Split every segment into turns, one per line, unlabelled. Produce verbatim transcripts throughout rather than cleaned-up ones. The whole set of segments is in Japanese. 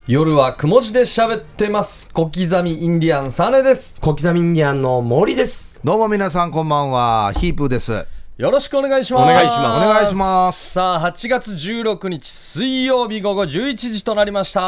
夜はくも字で喋ってます。小刻みインディアンサネです。
小刻みインディアンの森です。
どうも皆さんこんばんは、ヒープーです。
よろしくお願いします。
お願いします。
お願いします。
さあはちがつじゅうろくにち水曜日午後じゅういちじとなりました。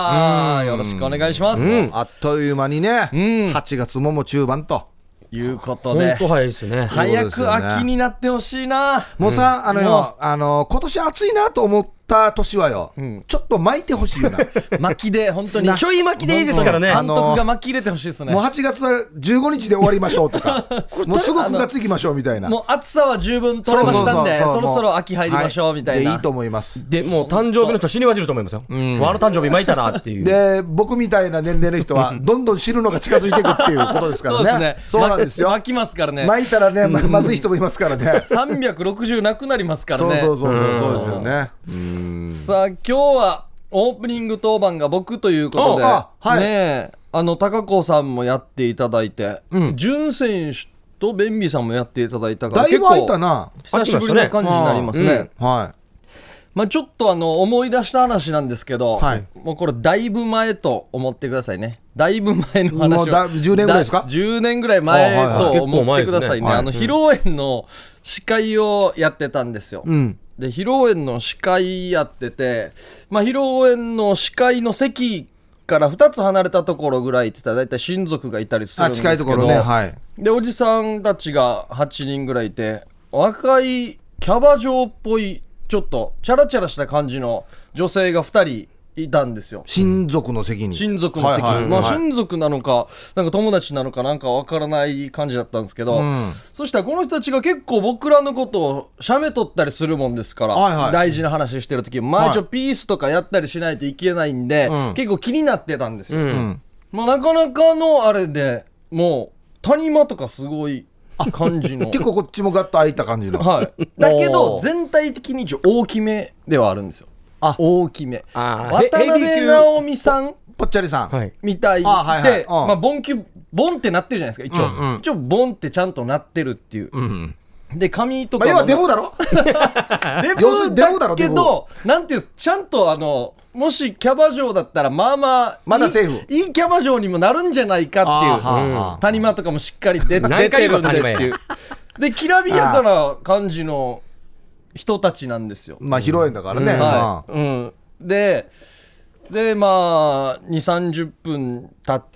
よろしくお願いします。
うん、あっという間にね、
うん、
はちがつもも中盤と
いうことで、
本当早いですね。
早く秋になってほしいな。
もうさ、あのよ、あの今年暑いなと思った年はよ、
うん、
ちょっと巻いてほしいよな。
巻きで本当に
ちょい巻きでいいですからね。
監督が巻き入れてほしいですね。
もうはちがつはじゅうごにちで終わりましょうとかもうすぐくがつ行きましょうみたいな。
もう暑さは十分取れましたんで、そろそろ秋入りましょうみたいな、
はい、でいいと思います。
でもう誕生日の人は死にわじると思いますよ。うん、あの誕生日巻いたなっていう。
で僕みたいな年齢の人はどんどん知るのが近づいていくっていうことですからね。そうですね。そうなんですよ。
巻きますからね。
巻いたらね、ま、まずい人もいますからね。
さんびゃくろくじゅうなくなりますからね。
そうそうそうそうそうですよね。う
ん、さあ今日はオープニング当番が僕ということで、
あ、はい、
ね、あの高子さんもやっていただいて、
うん、
潤選手とベンビーさんもやっていただいたから、
だいぶ空いたな。
久しぶりな感じになりますね。
うん、はい。
まあ、ちょっとあの思い出した話なんですけど、はい、もうこれだいぶ前と思ってくださいね。だいぶ前の話を、もうだ
じゅうねんぐらいですか。
じゅうねんぐらい前と思ってくださいね。あの披露宴の司会をやってたんですよ。うん、で披露宴の司会やってて、まあ、披露宴の司会の席からふたつ離れたところぐらいって言ったらだいたい親族がいたりするんですけど、
あ、近いところね、はい、
でおじさんたちがはちにんぐらいいて、若いキャバ嬢っぽいちょっとチャラチャラした感じの女性がふたりいたんですよ。
親族の席に。
親族の席、はいはい、まあ、親族なのかなんか友達なのかなんかわからない感じだったんですけど、うん、そしたらこの人たちが結構僕らのことを写メ撮ったりするもんですから、はいはい、大事な話してる時まあ一応ピースとかやったりしないといけないんで、はい、結構気になってたんですよ、うん、まあ、なかなかのあれでもう谷間とかすごい感じの
結構こっちもガッと開いた感じの、
はい、だけど全体的に一応大きめではあるんですよ。あ、大きめ。渡辺直美さん
ぽっちゃりさん
みたいで、はいはい、まあ、ボンキュボンってなってるじゃないですか一応、うんうん、一応ボンってちゃんとなってるっていう、うんうん、で髪とかも、
まあ、要はデブだろ
デブだけどなんていうちゃんとあのもしキャバ嬢だったらまあまあ
まだセーフ
いい、いいキャバ嬢にもなるんじゃないかっていう、うん、谷間とかもしっかり出, 出てるんでっていうできらびやかな感じの人たちなんですよ。
まあ披露宴だからね、うん、
はい、うん、ででまあにじゅうさんじゅっぷん経って、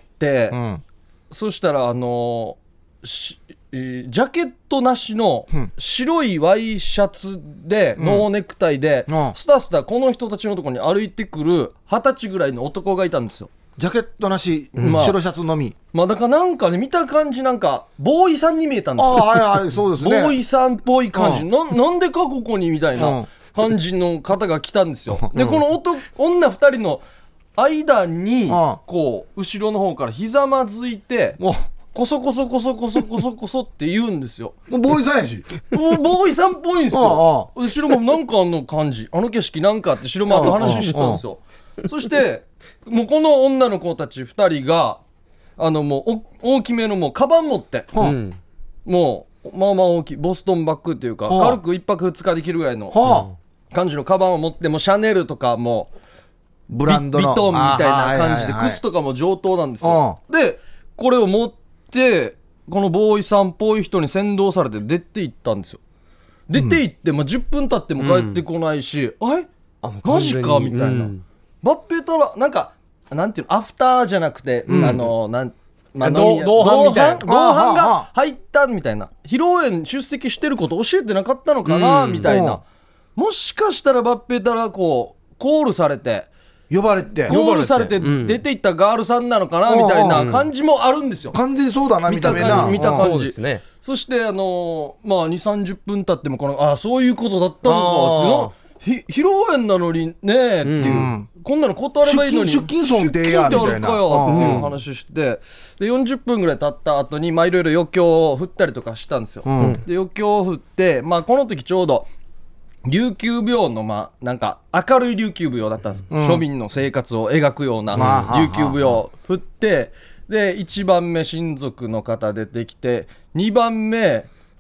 うん、そしたらあのジャケットなしの白いワイシャツで、うん、ノーネクタイで、うん、スタスタこの人たちのところに歩いてくるはたちぐらいの男がいたんですよ。
ジャケットなし、うん、白シャツのみ、
まあだからなんかね見た感じなんかボーイさんに見えたんですよ。
あ、はいはい、そうですね、
ボーイさんっぽい感じ、うん、な, なんでかここにみたいな感じの方が来たんですよ。でこの男女ふたりの間にこう後ろの方からひざまずいてコソコソコソコソコソコソって言うんですよ。
もうボーイさんやし
もうボーイさんっぽいんですよ。ああ、後ろもなんかあの感じあの景色なんかあって後ろもあと話してたんですよ。そしてもうこの女の子たちふたりがあのもう大きめのもうカバン持って、うん、もうまあまあ大きいボストンバッグっていうか、はあ、軽くいっぱくふつかできるぐらいの感じのカバンを持って、もうシャネルとかも
ブランドの
ビトンみたいな感じで靴とかも上等なんですよ。でこれを持ってこのボーイさんっぽい人に先導されて出て行ったんですよ。出て行って、まあ、じゅっぷん経っても帰ってこないし、うん、あれあマジかみたいな、うん、バッペたらなんかなんていうのアフターじゃなくて、うん、あのなんまあ、
同伴みたいな
同伴が入ったみたいな、披露宴出席してること教えてなかったのかな、うん、みたいな、もしかしたらバッペたらこうコールされて
呼ばれて
コールされて出ていったガールさんなのかな、うん、みたいな感じもあるんですよ。
完全にそうだな見た目な
見た感じ、そう
ですね。
そしてあのー、まあにじゅうさんじゅっぷん経ってもこのあそういうことだったのかって披露宴なのにねえっていう、うん、こんなの断ればいいのに
出勤損ってやみたいな
出勤ってあるかよっていう話して、でよんじゅっぷんぐらい経った後にまあいろいろ余興を振ったりとかしたんですよ、うん、で余興を振って、まあ、この時ちょうど琉球舞踊のまあなんか明るい琉球舞踊だったんです、うん、庶民の生活を描くような琉球舞踊を振って、でいちばんめ親族の方出てきてにばんめ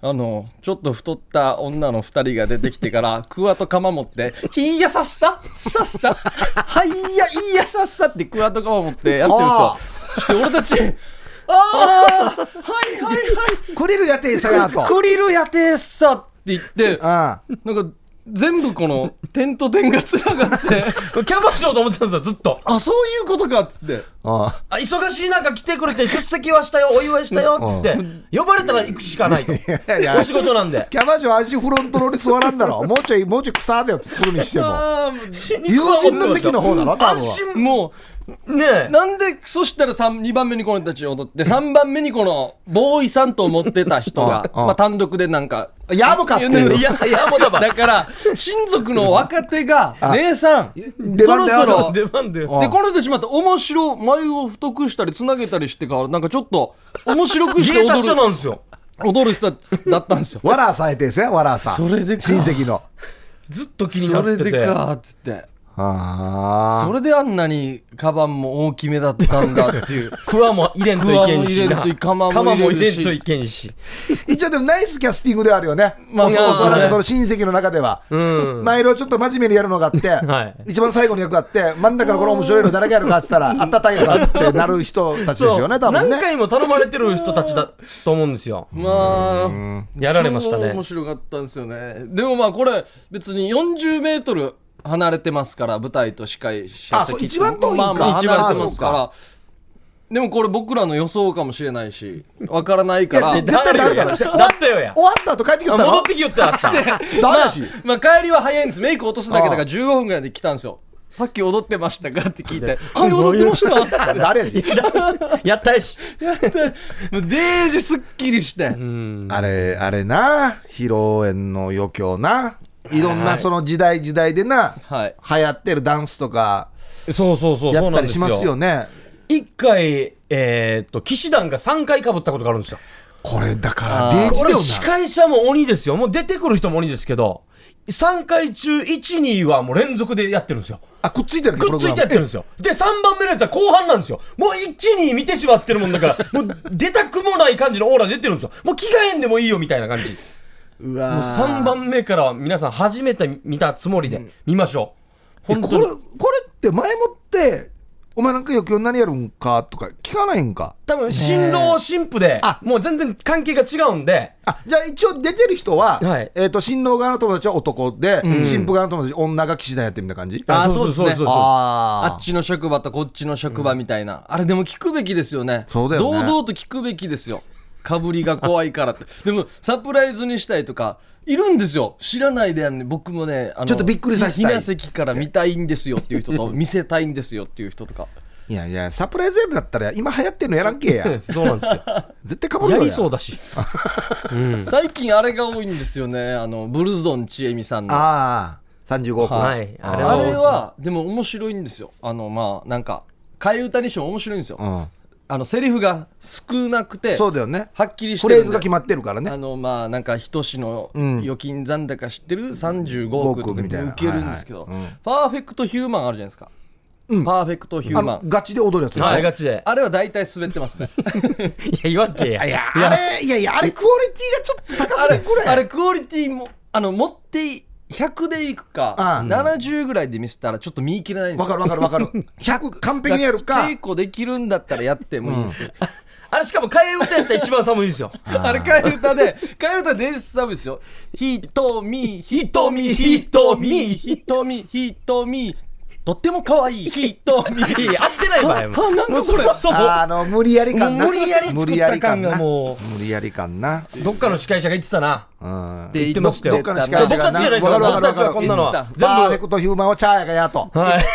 あのちょっと太った女のふたりが出てきてからクワと鎌持ってひいやさっささっさはいやいいやさっさってクワと鎌持ってやってるんですよ。して俺たちああはいはいはい
クリルやっていいさやと
クリルやてさって言って
あ
なんか全部この点と点がつながって
キャバ嬢と思ってたんですよずっと。
あそういうことかっつって
あ
あ忙しい中来てくれて出席はしたよお祝いしたよって言って呼ばれたら行くしかないと
やいや
お仕事なんで。
キャバ嬢足フロントローに座らんだろもうちょいもうちょい草だよ来るにしても
あ
友人の席の方だろ多分は
もう
ねえ
なんでそしたらにばんめにこの人たち踊ってさんばんめにこのボーイさんと思ってた人が
うんうん
まあ単独でなんか
やぶかっていう
いやいやもうだば
だから親族の若手が姉さん
出
そろ
番だよ
そろ
出番で
あ
でこの人たちまた面白眉を太くしたりつなげたりしてからなんかちょっと面白くして
芸達者
踊る
なんですよ。
踊る人だったんですよ。
わらさえてですねわらさ
それでか
親戚の
ずっと気になってて
それでかっつって
あ
それであんなにカバンも大きめだったんだっていう
クワも入れんといけんしな
クワも入れんとい鎌も
鎌も
入れるし
入れんといけんし。
一応でもナイスキャスティングではあるよね
まあ
おそ
そうですね
おそらくその親戚の中では
うん
前色ちょっと真面目にやるのがあって、
はい
一番最後の役があって真ん中のこの面白いの誰がやるかって言ったらあったたいのかってなる人たちですよね多分ね
何回も頼まれてる人たちだと思うんですよ。
まあ
やられましたね
超面。白かったんですよね。でもまあこれ別によんじゅうメートル離れてますから舞台と司会者
あそう
席
一番遠いんか
まあまあ
一番
離れてますか
あ
らでもこれ僕らの予想かもしれないしわからないから
いや絶対誰だろ
だだったよや。
終わった後帰ってきよったの
あ戻ってきよってあった。
誰やし、
まあ帰りは早いんです。メイク落とすだけだからじゅうごふんぐらいで来たんですよ。さっき踊ってましたかって聞いてはい踊ってました
誰やし
やったやし。
もうデージすっきりして
うん
あれあれな披露宴の余興ないろんなその時代時代でな、
はい
流行ってるダンスとか
そうそうそう
や
そうなんですよ。
ったりしますよね
一回えーっと騎士団がさんかいかぶったことがあるんですよ。
これだから
あー
これ
デージだよ
司会者も鬼ですよ。もう出てくる人も鬼ですけどさんかい中いち、にはもう連続でやってるんですよ。
なあくっついてる
くっついてやってるんですよ。でさんばんめのやつは後半なんですよ。もういち、に見てしまってるもんだからもう出たくもない感じのオーラ出てるんですよ。もう着替えんでもいいよみたいな感じ。
うわ
もうさんばんめからは皆さん初めて見たつもりで見ましょう。
え
本当に
これこれって前もってお前なんか余興何やるんかとか聞かないんか
多分新郎新婦で
あ
もう全然関係が違うんで
あじゃあ一応出てる人は、
はい
えー、と新郎側の友達は男で、
ん
新婦側の友達女が騎士団やってるみたいな感じ
あ
そうそうそうそう
あ
あっちの職場とこっちの職場みたいな、あれでも聞くべきですよね。
そうだよね
堂々と聞くべきですよ。かぶりが怖いからってでもサプライズにしたいとかいるんですよ。知らないでやんね。僕もねあの
ちょっとびっくりさせたい
ひな席から見たいんですよっていう人と見せたいんですよっていう人とか
いやいやサプライズやるんだったら今流行ってるのやらんけや
そうなんですよ。
絶対かぶる
や
よ
りそうだし。うん
最近あれが多いんですよね。あのブルゾンちえみさんの
ああさんじゅうごふん、
はいあれ
あ
は
れはでも面白いんですよ。あのまあなんか替え歌にしても面白いんですよ。
うん、
あのセリフが少なくて
そうだよね
はっきりして
フ
るんで
レーズが決まってるから
あ
ね
のまあなんか人志の
うん
預金残高知ってるさんじゅうごおくとか
みたいな
受けるんですけど、
はいはいうん
パーフェクトヒューマンあるじゃないですか、
うん
パーフェクトヒュ
あ
ーマン
のガチで踊るやつでしょ、
はいガチで。
あれは大体滑ってますね
いや言わんけや。
いやあれいやいやあれクオリティがちょっと高
あれ
すぎるぐらい
あれクオリティもあの持ってひゃくでいくか、
ああ
ななじゅうぐらいで見せたらちょっと見切れないんですよ。
わかるわかるわかるひゃく完璧にやるか
稽古できるんだったらやってもいいんですけど、
あれしかも替え歌やったら一番寒いですよ。
あれ替え歌で替え歌で電子サービスよ。ひとみひとみひとみひとみひとみとっても可愛いひとみ
いや合ってない場合も。
あなんかそれ
そうもう
あの無理やり感な
もう無理やり作った感がもう
無理やり感な
どっかの司会者が言ってたな。
うん
って
言ってましたよ
どっかの司会者が
僕たちじゃないですよ。
わかるわかる
僕たちはこんなのは
言っ
全
パーフェ
部
クトヒューマンはチャーヤがやと
はい。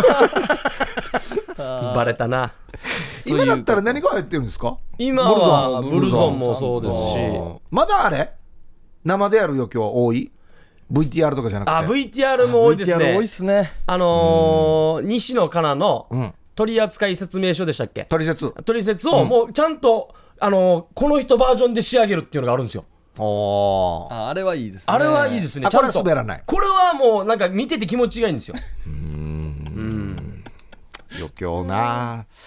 バレたな。
今だったら何が入ってるんですか
今はブルゾンもそうですし。
まだあれ生でやる余興多い ブイティーアール とかじゃなくて
あ ブイティーアール も多いですね。
ブイティーアール 多いっすね。
あのー、西野カナの
うん
取扱説明書でしたっけ、
取説
取説をもうちゃんと、あのー、この人バージョンで仕上げるっていうのがあるんですよ。
おー
ああれはいいですね。
あれはいいですね。
あこれ
ちゃんと
は滑らない
これはもうなんか見てて気持ちがいいんですよ。
余興な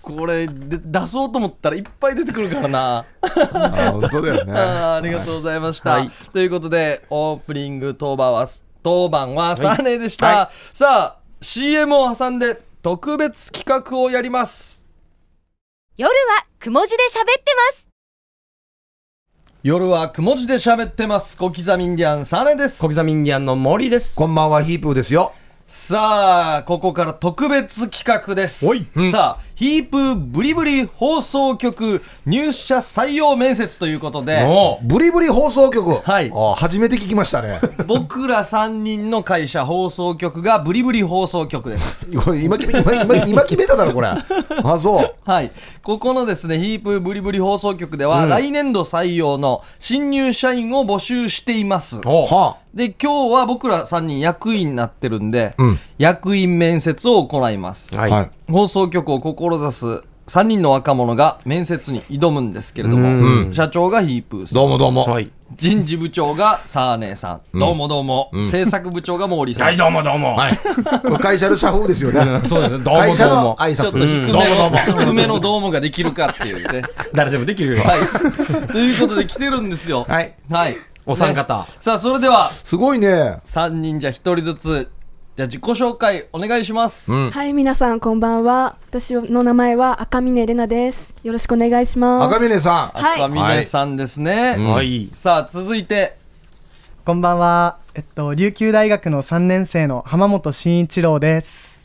これで出そうと思ったらいっぱい出てくるからな
あ本当だよね
あ, ありがとうございました、はい、ということでオープニング当番は当番はサネでした、はいはい、さあ シーエム を挟んで特別企画をやります。
夜はくも字で喋ってます。
夜はくも字で喋ってます。小刻みインディアンサネです。
小刻みインディアンの森です。
こんばんはヒープーですよ。
さあここから特別企画です。おい、うん、さあヒープーブリブリ放送局入社採用面接ということで、
ブリブリ放送局、
はい、
あ初めて聞きましたね
僕らさんにんの会社放送局がブリブリ放送局です。
今, 今, 今, 今決めただろこれあそう
はいここのですねヒープーブリブリ放送局では、うん、来年度採用の新入社員を募集しています。はあで今日は僕らさんにん役員になってるんで、うん、役員面接を行います、はい、放送局を志すさんにんの若者が面接に挑むんですけれども、うん、社長がヒープーさん、
どうもどうも、はい、
人事部長がサーネーさん、うん、どうもどうも、うん、制作部長がモーリーさん、
はい、どうもどうも、はい、
会社の社風ですよね
そうですね、どうもどうも、
会社の挨拶、
ちょっと低めの、うん、低めのどうもができるかっていうね
誰でもできるよ、
はい、ということで来てるんですよ。
はい、
はい、
お三方、ね、
さあそれでは
すごいね
さんにんじゃひとりずつじゃあ自己紹介お願いします、
うん、はい皆さんこんばんは。私の名前は赤嶺玲奈です。よろしくお願いします。
赤嶺さん、
はい、赤嶺さんですね、はい、さあ続いて
こんばんは、えっと、琉球大学のさんねん生の浜本慎一郎です。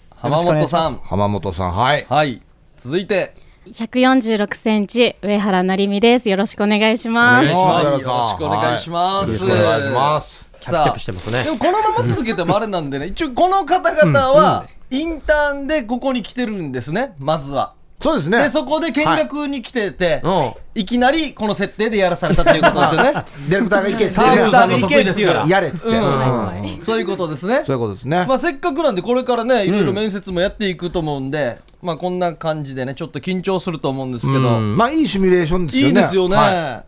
浜本さん
浜本さんはい、
はい、続いて
ひゃくよんじゅうろくセンチ上原成美です。よろしくお願いします。
よろしくお願いします。
よろしくお願いします。
キャピキャピしてますね。
でもこのまま続けてもあれなんでね一応この方々はインターンでここに来てるんですね。まずは
そうですね。
でそこで見学に来てて、はい、いきなりこの設定でやらされたということですよね
ディレクターが行け
ディレクターが行けっていう
やれっつって、うん
うん、そういうことですね。
そういうことですね。
まあせっかくなんでこれからねいろいろ面接もやっていくと思うんで、うん、まあこんな感じでねちょっと緊張すると思うんですけど、うん、
まあいいシミュレーションですよね。
いいですよね、はい、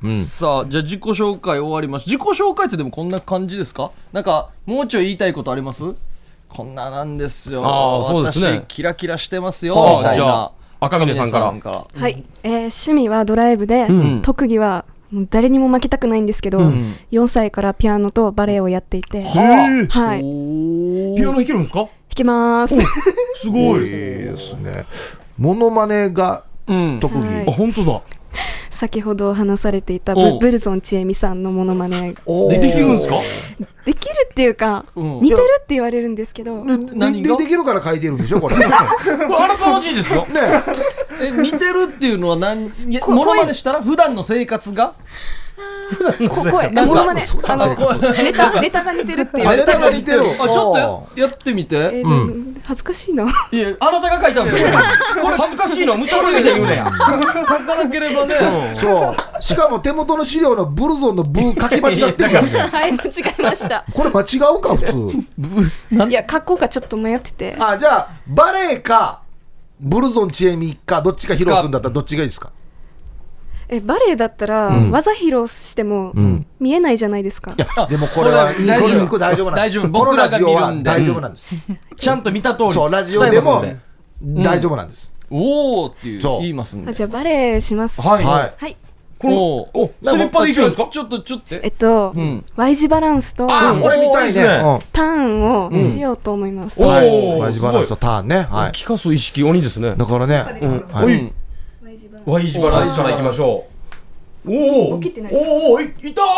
うん、
さあじゃあ自己紹介終わりました。自己紹介ってでもこんな感じですか？なんかもうちょい言いたいことあります？こんななんですよ。
あそうですね、
私キラキラしてますよみたいな。
赤嶺さんから
はい、えー、趣味はドライブで、うん、特技はもう誰にも負けたくないんですけど、うん、よんさいからピアノとバレエをやっていて、
は
はい、
ピアノ弾けるんですか？弾
けます
すごい
ですね。モノマネが特技、
はい、あ本当だ。
先ほど話されていた ブ, ブルゾンちえみさんのモノマネ
でできるんですか？
できるっていうか、うん、似てるって言われるんですけど、
で何でできるから書いてるんでしょこれこれ
あなたの字ですよ、ね、
え似てるっていうのは何モノマネしたら普段の生活が
声モノマネあのネタネタが似てるっていう
ネタが似てる
あちょっと や, やってみて、え
ーうん、恥ずかしいない
やあなたが書いたんですよこれ恥ずかしいの無茶ぶりで言うねや書
かなければね、
うん、そうしかも手元の資料のブルゾンのブ書き間違ってるからね
はい間違えました
これ間違うか普通
いや格好がちょっと迷ってて
あじゃあバレエかブルゾンちえみかどっちか披露するんだったらどっちがいいですか？
えバレエだったら、うん、技披露しても、うん、見えないじゃないですか。
いやでもこれはいい大丈夫大丈夫なんです。
大丈夫僕らが見るんで
大丈夫なんです、
うん、ちゃんと見た通り
そうラジオでも大丈夫なんです、
うん、おーっていう言いますんで。
あじゃあバレエします。
はい
はい、はい、
このおスリッパでいけるんですか？
ちょっとちょっと
えっと、うん、Y 字バランスと
あこれみたいね、うん、
ターンをしようと思います、
うんはい、Y 字バランスとターンね、はい、
聞かす意識鬼ですね。
だからね、
うんはい、Y 字バランスからいきましょう。おお、おお、いったー。おお、すごい。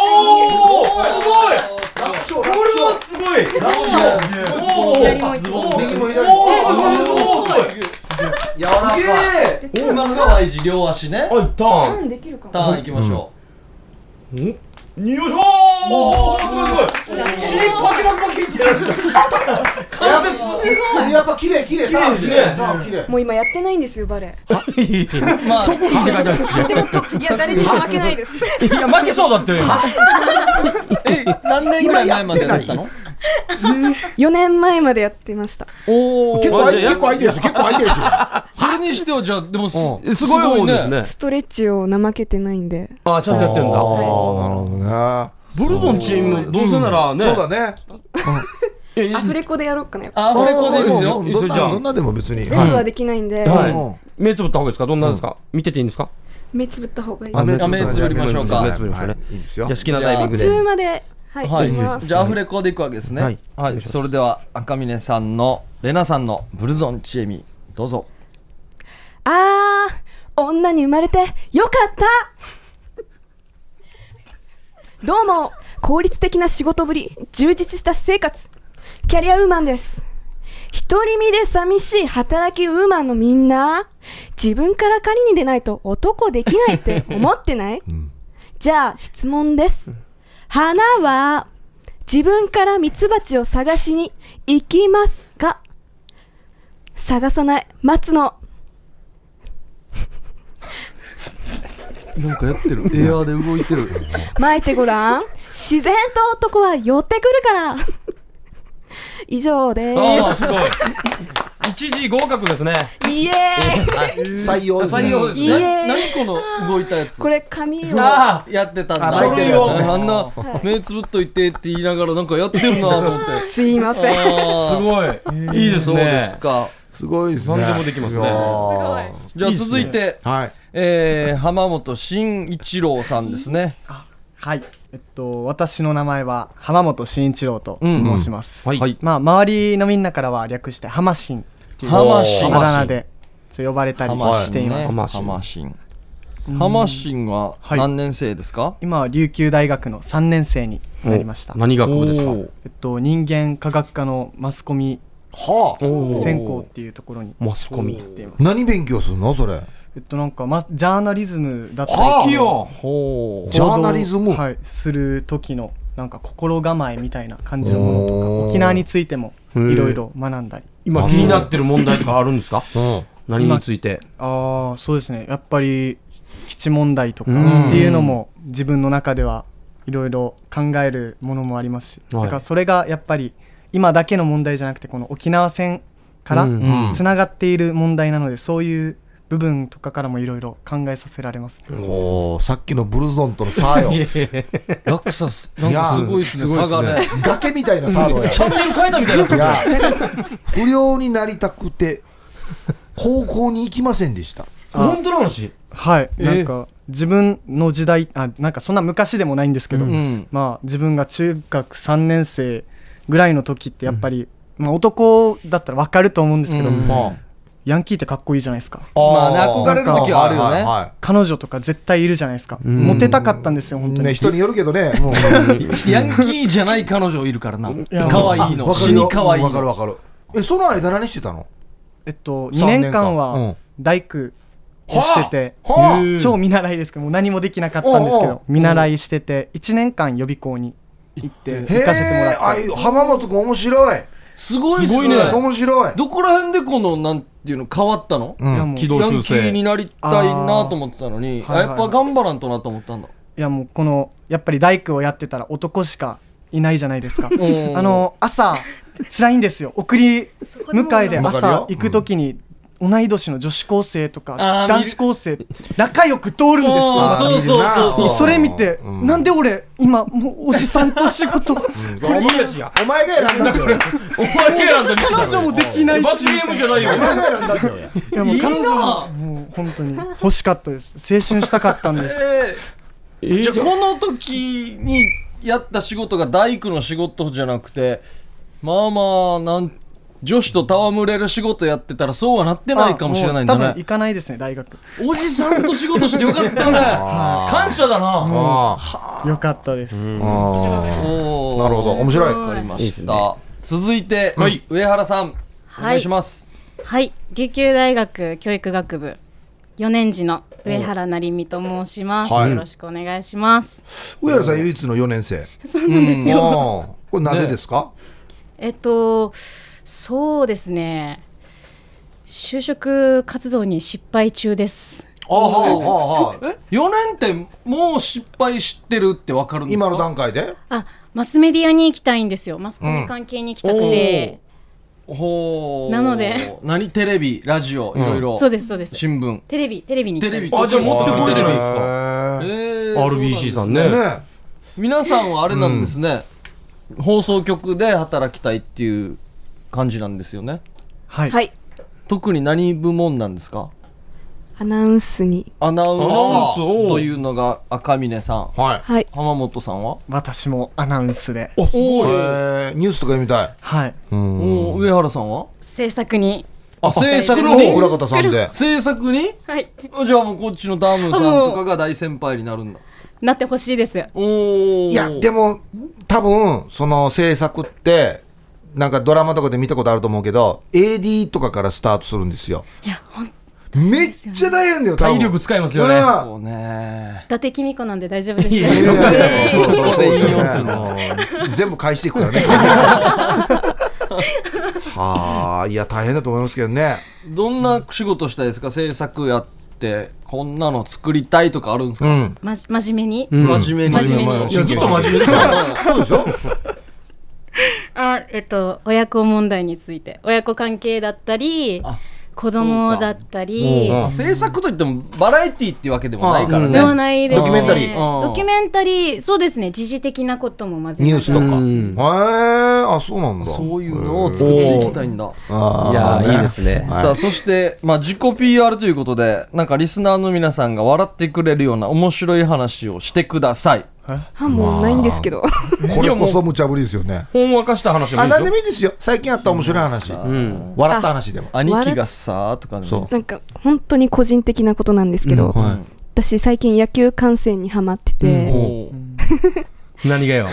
楽勝。これはすごい。楽勝。おお、
左も左も。
右も左
も。おお、すごい。
柔らかい。
今のが Y 字両足ね。
はい、ターン。
ターンできるかも。
ターンいきましょ
う。よいしょー。おお、すごいすごい。尻パキパキパキってやる。関節す
ごい。やっぱ綺麗綺麗ターン綺麗ターン綺麗。
もう今やってないんですよバレエ。
まあ特技って書いてあるでしょ。
でもいや誰にも負けないです。
いや負けそうだって。
え何年ぐらい前までやったの？
よねんまえまでやってました。
おお結構結構空いてるし結構空いてるし。
それにしてはじゃあでもす
ごいですね。
ストレッチを怠けてないんで。
あちゃんとやってんだ。
ああなるほどね。
ブルゾンチームどうせならね。
そうだね。
アフレコでやろうかな。
アフレコでいいですよ。
どんなでも別に。
全部はできないんで、
目つぶった方がいいですか、どんなですか、うん、見てていいんですか。
目つぶった方がいい。
あ、目つぶりましょうか。
目つぶりましょうね、はい、いいですよ。じゃあ好きなタイミングで
途中まで、はい、はい、
じゃあアフレコでいくわけですね。はい、はい、それでは赤嶺さんのレナさんのブルゾンちえみ、どうぞ。
あー、女に生まれてよかったどうも、効率的な仕事ぶり、充実した私生活、キャリアウーマンです。独り身で寂しい働きウーマンのみんな、自分から狩りに出ないと男できないって思ってない、うん、じゃあ質問です、うん、花は自分からミツバチを探しに行きますか。探さない、待つの。
なんかやってる、エアーで動いてる。
巻いてごらん、自然と男は寄ってくるから以上です。
あー、すごい一時合格ですね。
イエーイ、
はい、採用ですね。採用です
ね。何この動いたやつ、
これ紙を
やってたんだ。
あ、書いてるやつね。
あんな目つぶっといてって言いながらなんかやってるなと思って
すいません。
すごい、いいですね。
そうですか、
すごいですね。
何でもできますね。
じゃあ続いて、はい、えー、浜本慎一郎さんですね。
はい、えっと、私の名前は浜本慎一郎と申します、
うんうん、はい、
まあ、周りのみんなからは略して浜慎っていう
浜慎
あだ名で呼ばれたりしています。
浜慎、浜慎は何年生ですか。はい、
今は琉球大学のさんねん生になりました。
何学部ですか。
えっと、人間科学科のマスコミ専攻っていうところに
マスコミ
っています。
何勉強するのそれ。
えっと、なんか、ま、ジャーナリズムだったり、
はあ、
ジ
ャーナリズム、
はい、する時のなんか心構えみたいな感じのものとか、沖縄についてもいろいろ学んだり。
今気になってる問題とかあるんですか。何について。
ああ、そうですね、やっぱり基地問題とかっていうのも自分の中ではいろいろ考えるものもありますし、だからそれがやっぱり今だけの問題じゃなくて、この沖縄戦からつながっている問題なので、そういう部分とかからもいろいろ考えさせられます、ね。
おー、さっきのブルゾンとの差よ。
ラクサス、なんかすごいですね、差がね。
崖みたいなサードや。
チャンネル変えたみたいになって
ます。不良になりたくて高校に行きませんでした。
本当の話。
はい、えー、なんか自分の時代、あ、なんかそんな昔でもないんですけど、うん、まあ自分が中学さんねん生ぐらいの時ってやっぱり、うん、まあ、男だったら分かると思うんですけど、うん、まあヤンキーってかっこいいじゃないですか。
まあね、憧れる時はあるよね、はいはいはい、
彼女とか絶対いるじゃないですか。モテたかったんですよ本当に、
ね、人によるけどね。もう
ヤンキーじゃない彼女いるからな。可愛いの、死に可愛いの。
分かる分かる。え、その間何してたの。
えっとにねんかんは大工をしてて、はあ、超見習いですけどもう何もできなかったんですけど、見習いしてていちねんかん予備校に行って行かせてもらって。
浜本君面白い。
すごいっすね。
面白い。
どこら辺でこのなんていうの変わったの、うん、
軌道修正。
ヤンキーになりたいなと思ってたのに、はいはいはい、やっぱ頑張らんとなと思ったんだ。
いや、もうこのやっぱり大工をやってたら男しかいないじゃないですか。あの朝辛いんですよ。送り迎えで朝行くときに同い年の女子高生とか男子高生仲良く通るんですよ。
そうそうそうそう。
それ見て、うん、なんで俺今もうおじさんと仕事、うん、こ
れいいやつや。お前が選んだんだよ。
お前が選んだんだよ。
彼女もできないし。
罰ゲームじゃないよ。
お前が選んだんだよ。
いや、もう彼女ももう本当に欲しかったです。青春したかったんです。
えー、じゃあこの時にやった仕事が大工の仕事じゃなくて、まあまあなん女子と戯れる仕事やってたらそうはなってないかもしれないんだね。
多分行かないですね大学。
おじさんと仕事してよかったね。
感謝だな。
うん、よかったです。
なるほど、面白い。
わかりました。いいね、続いて、はい、上原さん、お願いします。
はい、琉球大学教育学部よねん次の上原成美と申します、はい、よろしくお願いします。
上原さん唯一のよねん生。
そうなんですよ。
これなぜですか。
ね、えっとそうですね、就職活動に失敗中です。
あははは
えよねんってもう失敗してるって分かるんですか。
今の段階で。
あ、マスメディアに行きたいんですよ。マスコミ関係に行きたくて、
うん、ほ
なので
何テレビラジオいろいろ。
そうですそうです。
新聞
テレビテレビに行きたいです。
あ、じゃあ持ってこいじゃないですか。
えー、
アールビーシー さんね。ね、
皆さんはあれなんですね、うん、放送局で働きたいっていう感じなんですよね。
はい、はい、
特に何部門なんですか。
アナウンスに。
アナウンスというのが赤嶺さん、
はい、
はい、
浜本さんは
私もアナウンスで。
おすごい、
えー、ニュースとか読みたい。
はい。
お上原さんは
制作に。
あ、制作に
裏方さんで
制作に、
はい、
じゃあもうこっちのダムさんとかが大先輩になるんだ。
なってほしいです。
お
いやでも多分その制作ってなんかドラマとかで見たことあると思うけど エーディー とかからスタートするんですよ。
いやほん
めっちゃ大変だよ。
体力使いますよね。
そうね。
伊達公子なんで大丈夫です。
いやいやいやそうそうそうそう全部返していくからね。はあ、いや大変だと思いますけどね。
どんな仕事したいですか？制作やってこんなの作りたいとかあるんですか？
うん、
ま、真面目に、
うん、真面目に
真面目に。
いやずっと真面目ですよ。
そうでしょ。
あ、えっと親子問題について、親子関係だったり子供だったり、
うん、制作といってもバラエティっていうわけでもないからね。
ではないですね。
ドキュメンタリー、
ドキュメンタリー、そうですね。時事的なことも混ぜて
ニュースとか。へえ、あ、そうなんだ。
そういうのを作っていきたいんだ。
いや、いいですね。
さあ、そしてまあ自己 ピーアール ということで、なんかリスナーの皆さんが笑ってくれるような面白い話をしてください。
あ、もうないんですけど。
これこそ無茶ぶりですよね。
ほんわかした話でもいいですよ。
あ、何でもいいですよ。最近あった面白い話、うん、笑った話でも。
兄貴がさとかね。
なんか本当に個人的なことなんですけど、うんはい、私最近野球観戦にハマってて、うん、
何がよ。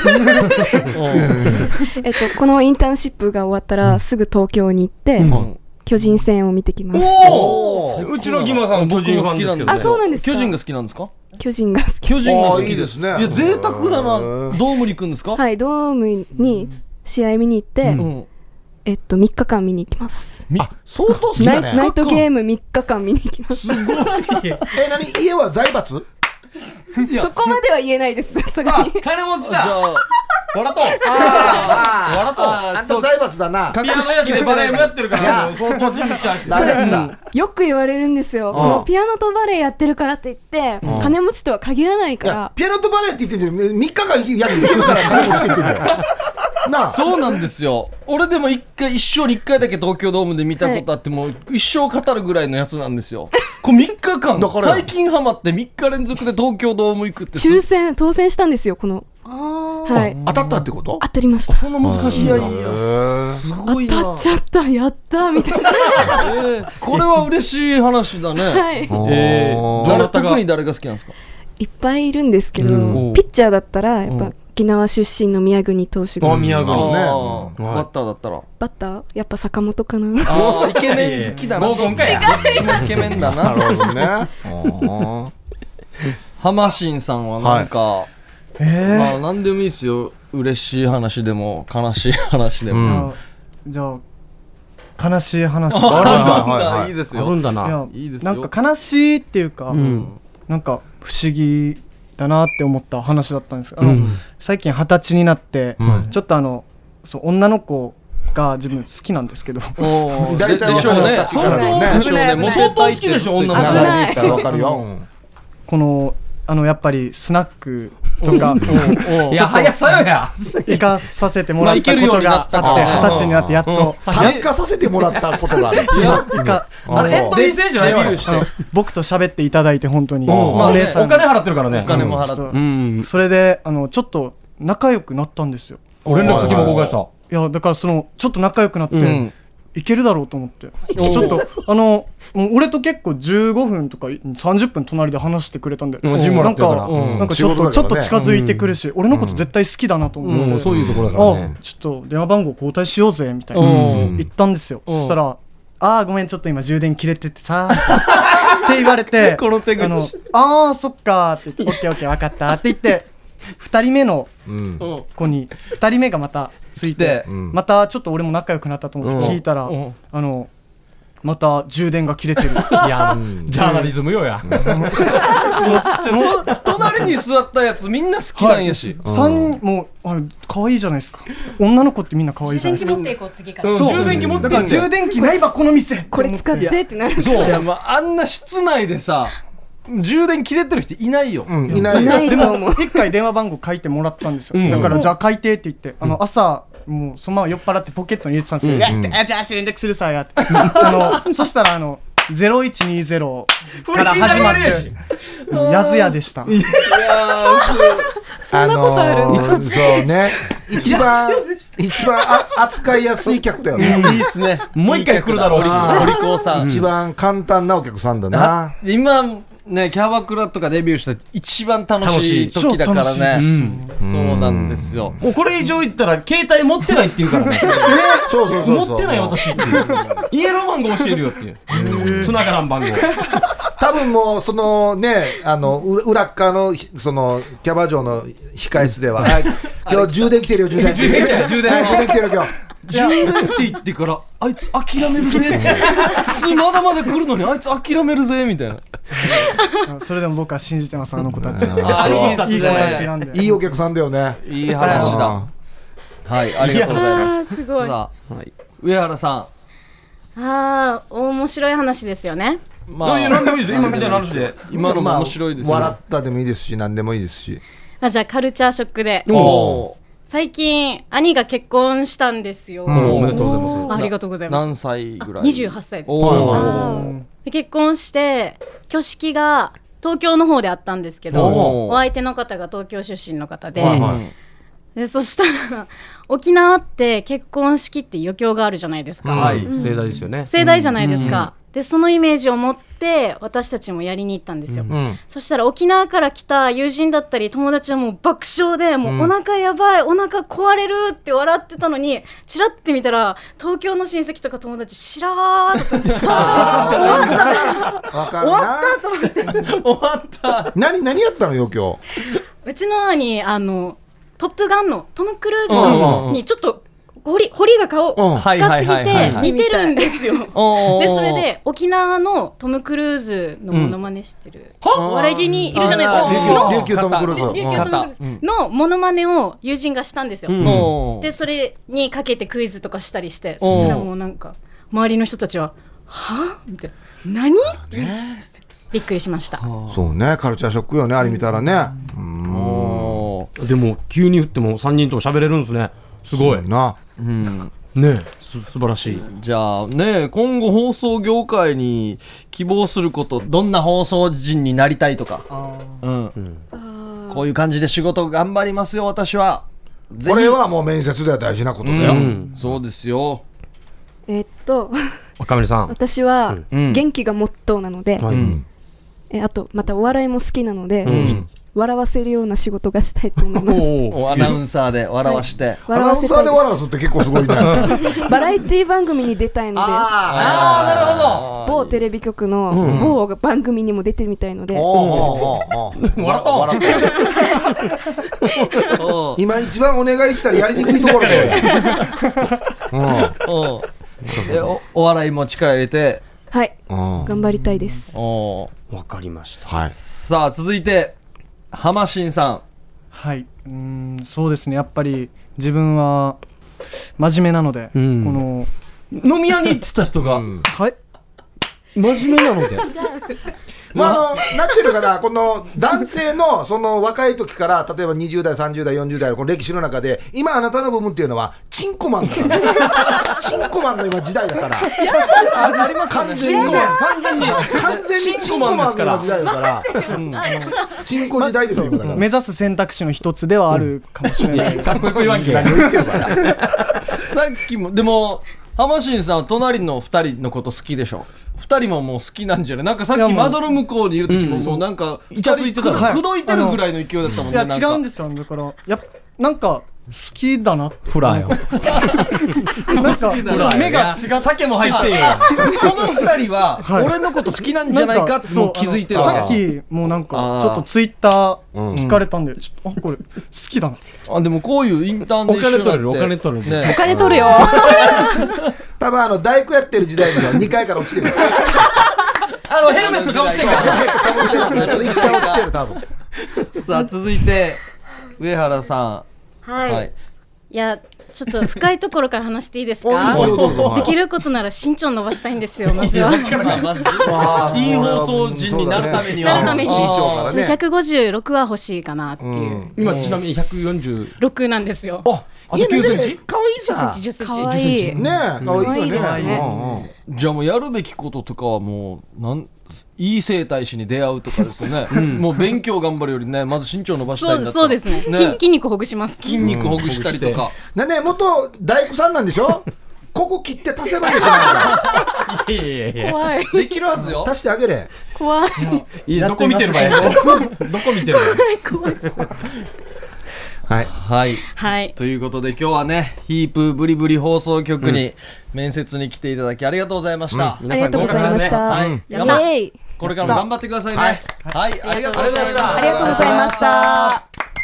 えっとこのインターンシップが終わったらすぐ東京に行って、うん、巨人戦を見てきます。
おー、うちのギマさんも巨人ファンですけど。
あ、そうなんですか。
巨人が好きなんですか？
巨人が好き。
巨人が好き
いいですね。
いや贅沢だな。ドームに行くんですか？
はい、ドームに試合見に行って、うん、えっとみっかかん見に行きます。
あ、相当好きだね。
ナイトゲームみっかかん見に行きます。
すごい。え、何、家は財閥？
そこまでは言えないです。それに。
あ、金持ちだ。じゃあ笑とう。
あ
笑とう。
あんた財閥だな。
ピアノやってバレエもやってるから相当地味ちゃうし。
それよく言われるんですよ。このピアノとバレエやってるからって言って金持ちとは限らないから。
ピアノとバレエって言ってんじゃん。みっかかんやってるから金持ちって言ってるよ。なあ、
そうなんですよ。俺でも一回一生に一回だけ東京ドームで見たことあって、もう一生語るぐらいのやつなんですよ。これみっかかんだから最近ハマってみっか連続で東京ドーム行くって
抽選当選したんですよ。この
あ、
はい、
当たったってこと？
当たりました。
そんな難しい。いやいやすごいな。
当たっちゃった、やったみたいな。
えー、これは嬉しい話だね。
はい。
えー、誰特に誰が好きなんですか？
いっぱいいるんですけど、ピッチャーだったらやっぱ沖縄出身の宮國投手が好き。
宮國ね。
バッターだったら
バッターやっぱ坂本かな。
ああ、イケメン好きだな。合コンかや。イケメンだな。
なるほどね。
浜新さんはなんか、はい、えー、まあ何でもいいですよ。嬉しい話でも悲しい話でも。
うん、じゃあ悲しい話。
あるんだ、はいはい、いいですよ。
あるんだな。
いや、いいですよ。なんか悲しいっていうか、うん、なんか不思議だなって思った話だったんですけど、あの、うん、最近二十歳になって、うん、ちょっとあのそう女の子が自分好きなんですけど、
大体でしょうね。
相当でしょうね。もう相当好きでしょ女の子。
流れで言ったらわかるよ。
このあのやっぱりスナックとか
いや早さよや
行かさせてもらったことがあって二十歳になってやっと
参加させてもらったことがある。
あれエントリー制じゃないわよ。
僕と喋っていただいて本当に
お金払ってるからね。
お金も払って。
それであのちょっと仲良くなったんですよ。
連絡先も交換した。
いやだからそのちょっと仲良くなっていけるだろうと思ってちょっとあの俺と結構じゅうごふんとかさんじゅっぷん隣で話してくれたんで、なんかなんかちょっとちょっと近づいてくるし、俺のこと絶対好きだなと思って、
そういうところだからね。
ちょっと電話番号交代しようぜみたいな言ったんですよ。そしたらあーごめんちょっと今充電切れててさって言われて、
この手口、
あのあーそっかーって言ってオッケーオッケー分かったって言ってふたりめの子にふたりめがまたついて、またちょっと俺も仲良くなったと思って聞いたら、あのまた充電が切れてる。い
やジャーナリズムよや。
隣に座ったやつみんな好きなんやし、
三人もうあれ可愛いじゃないですか。女の子ってみんな可愛いじゃないですか。
充電器持っていこう次から。
充電器持って
だから充電器ないわこの店。
これ使ってってなる。
そういや、まあ、あんな室内でさ充電切れてる人いないよ。
いない。
でも一回電話番号書いてもらったんですよ。だからじゃあ書いてって言ってあの朝もうそのまま酔っ払ってポケットに入れてたんですけど、やってじゃあ足連絡するさやってあのそしたらあのゼロいちにゼロから始まってもうやずやでした。いや
そんなことあるんだ、あのー、そうね一番一番あ扱いやすい客だよね。
いいっすね。
もう一回来るだろうし、
お利口さん、
一番簡単なお客さんだな。
今ねキャバクラとかデビューした一番楽しい時だからね、うん、そうなんですよ。
もうこれ以上言ったら携帯持ってないって言うからね
そうそうそうそう
持ってない私っていうイエロー番号教えるよっていう繋がらん番号
多分もうそのねあの裏っ側のそのキャバ嬢の控え室では今日充電来てるよ充電充電充電充電来てるよ今日
充電って言ってからあいつ諦めるぜ普通まだまだ来るのにあいつ諦めるぜみたいな
それでも僕は信じてます。あの子たち
あいいですね、
いい子たちなんで
いいお客さんだよね。
いい話だ。はいありがとうございます。
すごい。
さあ、はい、上原さん。
あー面白い話ですよね。
まあ、いや何でもいいですよ今みたいな話で。
今のも面白いですよ、
まあ、笑ったでもいいですし何でもいいですし。
あじゃあカルチャーショックで。
お
最近兄が結婚したんですよ。
おめでとうございます。
ありがとうございます。
何歳ぐらい？
にじゅうはっさいです。で結婚して挙式が東京の方であったんですけど、お相手の方が東京出身の方で、はいはい、でそしたら沖縄って結婚式って余興があるじゃないですか、
はい、うん、盛大ですよね。
盛大じゃないですか、うん、でそのイメージを持って私たちもやりに行ったんですよ、うん、そしたら沖縄から来た友人だったり友達はもう爆笑でもうお腹やばい、うん、お腹壊れるって笑ってたのにチラッて見たら東京の親戚とか友達しらーだったんですよ終わった終わったと思って
終わった
何何やったの余興。
うちの兄あのトップガンのトム・クルーズにちょっと彫り、彫りが顔が過ぎて似てるんですよ。でそれで沖縄のトム・クルーズのモノマネしてる、うん、お笑い芸人いるじゃないですか。
琉球トム・クルーズ
のモノマネを友人がしたんですよ、うん、でそれにかけてクイズとかしたりして、そしたらもうなんか周りの人たちははぁみたいな何って、ね、びっくりしました。
そうねカルチャーショックよねあれ見たらね、うん、
でも急に打ってもさんにんとも喋れるんですね。すごいな、うん、ねす素晴らしい。
じゃあね今後放送業界に希望すること、どんな放送人になりたいとか、うん、うん、こういう感じで仕事頑張りますよ私は。
これはもう面接では大事なことだよ、うん、
そうですよ。
えー、っと
赤嶺さん
私は元気がモットーなので、うん、えあとまたお笑いも好きなので、うん、笑わせるような仕事がしたいと思います。
おアナウンサーで笑わして、はい、
アナウンサーで笑わすって結構すごいね
バラエティ番組に出たいので、
ああなるほ
ど某テレビ局の某番組にも出てみたいので、
笑った
今一番お願いしたらやりにくいところで
お, お笑いも力入れて、
はい、頑張りたいです。
わかりました、
はい、さあ続いて浜新さん。
はい、うーんそうですねやっぱり自分は真面目なので、うん、この
飲み屋に行ってた人が、うん、
はい
真面目なので
まあ、あのなってるかなこの男性のその若い時から例えばにじゅう代さんじゅう代よんじゅう代のこの歴史の中で今あなたの部分っていうのはチンコマンだからチンコマンの今時代だから
あ, ありますよね。
完全にね
完全に
完全にチンコマンの今時代だから、うん、チンコ時代ですよ今だから。
目指す選択肢の一つではあるかもしれない、うん、
かっこよく言わんけ
何を言ってるか
さっきもでも浜新さんは隣のふたりのこと好きでしょ。ふたりももう好きなんじゃない。なんかさっき窓の向こうにいる時ももうなんか
イチャついてたら
口説いてるぐらいの勢いだったもんね。
いや違うんですよ。だからやなんか好きだなって
フラーよ
なんか目が違う
酒も入ってよ
このふたりは俺のこと好きなんじゃないかってもう気づいてる。
さっきもうなんかちょっとツイッター聞かれたんで、ちょっとあこれ好きだな。
あでもこういうインターネット
お金取るお金取る、
ね、お金取るよ
多分あの大工やってる時代にはにかいから落ちてる
あのヘルメットかぶってるから
ヘルメットかぶってなくてちょっといっかい落ちてる多分
さあ続いて上原さん。
はい、はい、いやちょっと深いところから話していいですか？
そうそうそう
できることなら身長伸ばしたいんですよ。まずは
まずいい放送人になるためには、
なるために
身長からね
ひゃくごじゅうろくは欲しいかなっていう、うん、
今ちなみにひゃくよんじゅう
ろくなんですよ。
ああときゅうセンチ。
かわいいさ
じゅっセンチ
かわいい
ねえかわいいよ
ね。
じゃあもうやるべきこととかはもうなんいい整体師に出会うとかですよね、うん、もう勉強頑張るよりねまず身長伸ばしたいんだったら
そうですね、ね、筋肉ほぐします。
筋肉ほぐしたりとか、
うん、ね元大工さんなんでしょここ切って足せばいいじゃないか
いやいやいや
怖い
できるはずよ。
足してあげれ
怖い
いやどこ見てる場合どこ見てる
怖い怖い怖い
はい、
はい、
はい、
ということで今日はねヒープブリブリ放送局に面接に来ていただきありがとうございました、
うん、ありがとうございました、
はい、
やばい
これからも頑張ってくださいね。はい、はい、ありがとうございました。
ありがとうございました。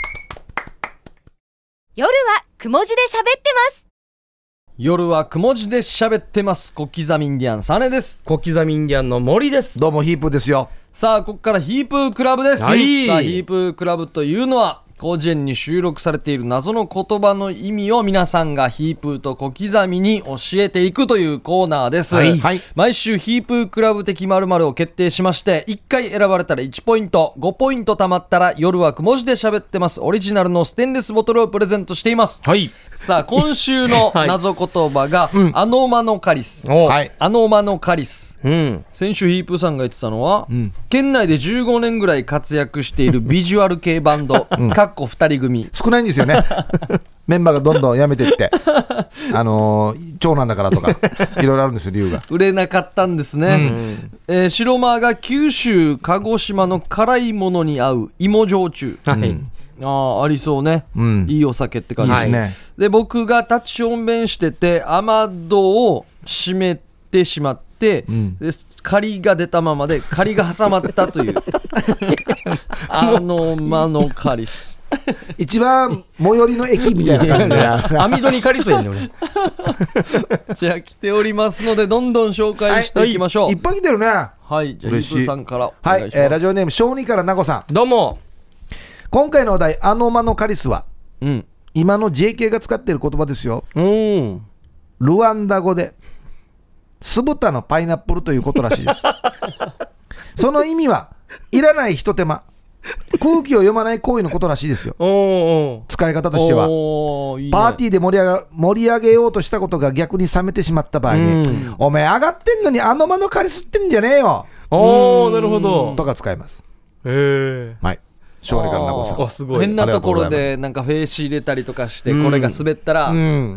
夜はくも字で喋ってます。
夜はくも字で喋ってます。小刻みインディアンサネです。
小刻みインディアンの森です。
どうもヒープですよ。
さあここからヒープクラブです、
はい、
さあヒープクラブというのは広辞苑に収録されている謎の言葉の意味を皆さんがヒープーと小刻みに教えていくというコーナーです、
はいはい、
毎週ヒープークラブ的〇〇を決定しましていっかい選ばれたらいちポイントごポイント貯まったら夜はくも字で喋ってますオリジナルのステンレスボトルをプレゼントしています、
はい、
さあ今週の謎言葉が、はい、アノマノカリス、
はい、
アノマノカリス、
うん、
先週ヒープーさんが言ってたのは、うん、県内でじゅうごねんぐらい活躍しているビジュアル系バンド、うん、かっこふたり組
少ないんですよねメンバーがどんどん辞めていってあのー、長男だからとかいろいろあるんですよ理由が。
売れなかったんですね、うんえー、白間が九州鹿児島の辛いものに合う芋焼酎、
はい、
あ, ありそうね、うん、いいお酒って感じですね、はい、で僕が立ちしょんべんしてて雨戸を閉めてしまってで、うん、で仮が出たままで仮が挟まったというあの間のカリス
一番最寄りの駅みたいな感じで
網戸にカリスやね俺
じゃあ来ておりますのでどんどん紹介していきましょう、
はい、いっぱい来てるね。
はいじゃあイープーさんからお願いします。
はい、えー、ラジオネーム小児からなごさん
どうも。
今回のお題あの間のカリスは、
うん、
今の ジェーケー が使っている言葉ですよ。
うん
ルワンダ語で酢豚のパイナップルということらしいですその意味はいらないひと手間空気を読まない行為のことらしいですよ。
おー
使い方としては
おーいいね、
パーティーで盛り上が、盛り上げようとしたことが逆に冷めてしまった場合に、うん、おめえ上がってんのにあの間の借り吸ってんじゃねえよ
おーなるほど
とか使います。
へー
はい勝利からなこさん
あすごい
変なところでなんかフェーシ入れたりとかしてこれが滑ったら、うん、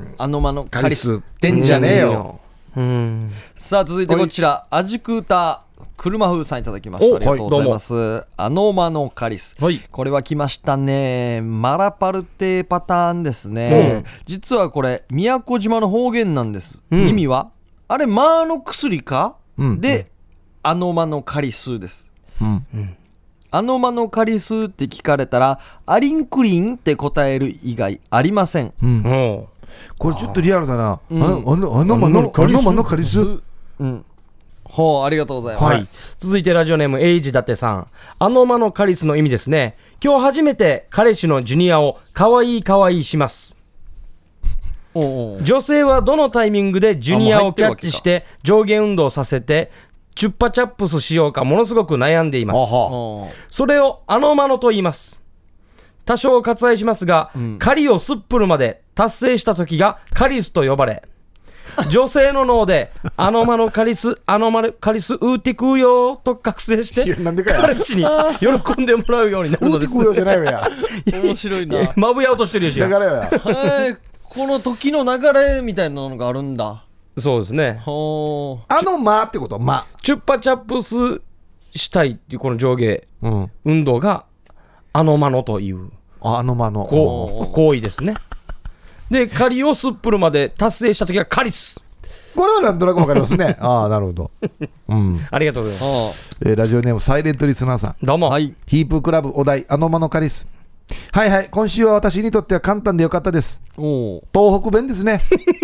あの間の借り吸ってんじゃねえよ、うん、さあ続いてこちらアジクータ車風さんいただきました。ありがとうございます、はい、アノマノカリス、はい、これは来ましたね。マラパルテパターンですね、うん、実はこれ宮古島の方言なんです、うん、意味はあれマーの薬か、うん、で、うん、アノマノカリスです、うんうん、アノマノカリスって聞かれたらアリンクリンって答える以外ありません、うん、
これちょっとリアルだな。あのあのまのカリス、あのまのカリス。
うん。ほうありがとうございます。
はい、続いてラジオネームエイジダテさん。あのまのカリスの意味ですね。今日初めて彼氏のジュニアをかわいいかわいいします。お女性はどのタイミングでジュニアをキャッチして上下運動させてチュッパチャップスしようかものすごく悩んでいます。それをあのまのと言います。多少割愛しますが、うん、狩りをスップルまで達成した時がカリスと呼ばれ、女性の脳であの間のカリスあの間のカリスウーティクーよと覚醒して彼氏に喜んでもらうようになるのです。
ウーティクーよじゃないわや
面白いな。
まぶや落としてるよしや。
だからや
この時の流れみたいなのがあるんだ。
そうですね。
ほ
あの間ってこと間
チュッパチャップスしたいっていうこの上下運動があの間のという
あの間の
行為ですね。でカリをスップルまで達成した時はカリス。
これはなんとなくわかりますねああなるほど、
うん、ありがとうございます。
えー、ラジオネームサイレントリスナーさん
どうも、
はい、ヒープクラブお題あの間のカリス。はいはい今週は私にとっては簡単でよかったです。お東北弁ですね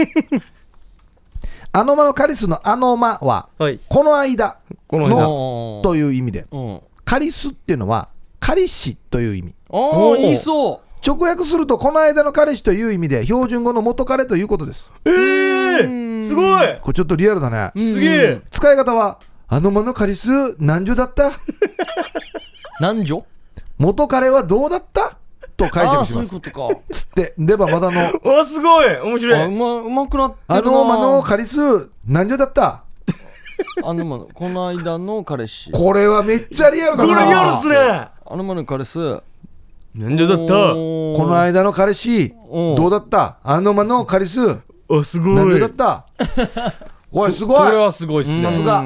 あの間のカリスのあの間は、はい、この間のという意味で、うん、カリスっていうのは彼氏という意味。
ああいいそう
直訳するとこの間の彼氏という意味で標準語の元彼ということです。
えー、すごい。
これちょっとリアルだね。
すげえ。
使い方はあの間の彼氏何女だった
何女
元彼はどうだったと解釈します。
あ、そういうことか。
つってでばまだの
わすごい面白い。
あ、うま、うまくなってるな。
あの間の彼氏何女だった
あの間のこの間の彼氏。
これはめっちゃリアルだな。
これリアルっすね。
あの間の彼氏
何女だった。
この間の彼氏どうだった。あの間の彼氏
あ、すごい。
何女だったおいすごい。
これはすごいっすね。
さすが。
うん、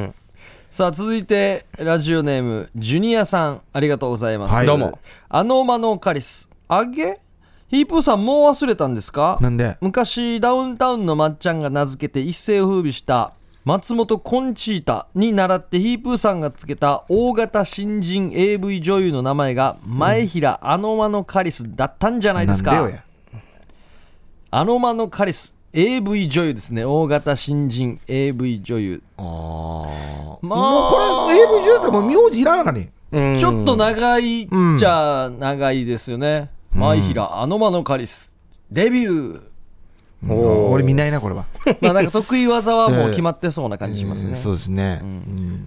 さあ続いてラジオネームジュニアさん、ありがとうございます、
はい、
どうも。
あの間のカリスあげヒープーさんもう忘れたんですか。
なんで。
昔ダウンタウンのまっちゃんが名付けて一世を風靡した松本コンチータに倣ってヒープーさんがつけた大型新人 エーブイ 女優の名前が前平あの間のカリスだったんじゃないですか。
なんでよや。
あの間のカリス エーブイ 女優ですね。大型新人 エーブイ 女優。ああ、まあ
もうこれ エーブイ 女優ってもう名字いらんのに。
ちょっと長いじゃ長いですよね、うん、前平あの間のカリスデビュー。
お俺見ないなこれは。
まあなんか得意技はもう決まってそうな感じしますね、
えー、そうですね、うん
うん、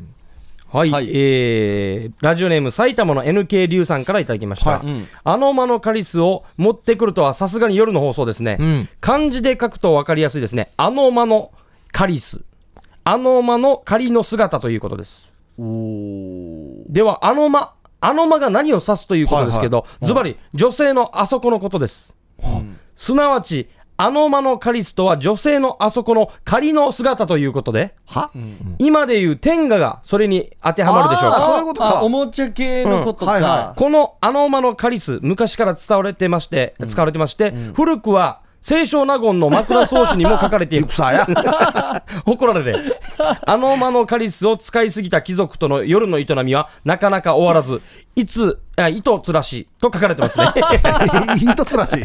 はい、はい、えー、ラジオネーム埼玉の エヌケー リュウさんからいただきました、はい、うん、あの間のカリスを持ってくるとはさすがに夜の放送ですね、うん、漢字で書くと分かりやすいですね。あの間のカリス、あの間の仮の姿ということです。おではあの間、あの間が何を指すということですけど、ズバリ女性のあそこのことです、うん、すなわちあの間のカリスとは女性のあそこの仮の姿ということで、は、うん、今でいう天下がそれに当てはまるでしょうか。
そういうことか。おもちゃ系のことか、うん、はいはい、
このあの間のカリス、昔から伝われてまして、うん、使われてまして、うん、古くは清少納言の枕草子にも書かれている怒られれあの間のカリスを使いすぎた貴族との夜の営みはなかなか終わらず、いつあ糸つらしと書かれてますね
糸つらし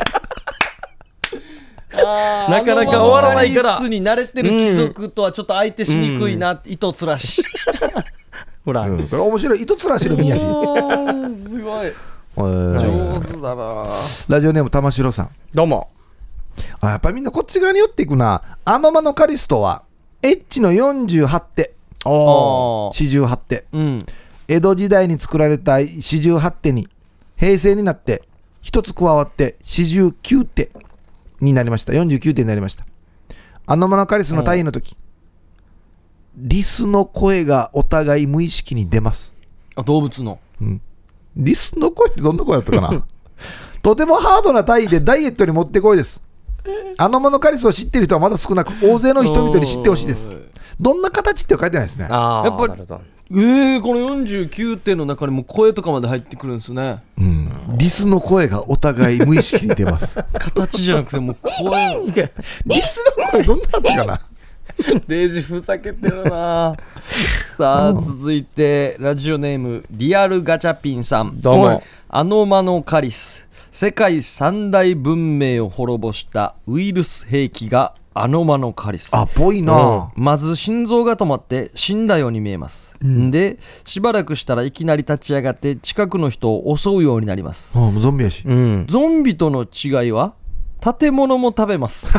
あなかなか終わらないから、カリスに慣れてる貴族とはちょっと相手しにくいな、うん、糸つらし
ほら、うん、これ面白い。糸つらしの宮氏
すごい上手だな。
ラジオネーム玉城さん、
どうも。
あ、やっぱりみんなこっち側に寄っていくな。あの間のカリスとはエッチのよんじゅうはち手、よんじゅうはち手、うん、江戸時代に作られたよんじゅうはち手に平成になって一つ加わってよんじゅうきゅう手になりました。よんじゅうきゅう手になりました。あの間のカリスの退院の時、リスの声がお互い無意識に出ます。
あ、動物の、
うん、リスの声ってどんな声だったかなとてもハードな体位でダイエットにもってこいです。あの間のカリスを知っている人はまだ少なく、大勢の人々に知ってほしいです。どんな形って書いてないですね。
あ、やっぱりえー、このよんじゅうきゅう手の中にも声とかまで入ってくるんですね、
うん、リスの声がお互い無意識に出ます
形じゃなくてもう声みたいな。
リスの声どんなだったかな
デイジふざけてるなさあ続いてラジオネームリアルガチャピンさん、
どうも。
あの間のカリス、世界三大文明を滅ぼしたウイルス兵器があの間のカリス。
あ、ぽいな、
うん、まず心臓が止まって死んだように見えます、うん、でしばらくしたらいきなり立ち上がって近くの人を襲うようになります。
ああ、ゾンビやし、
うん、ゾンビとの違いは建物も食べます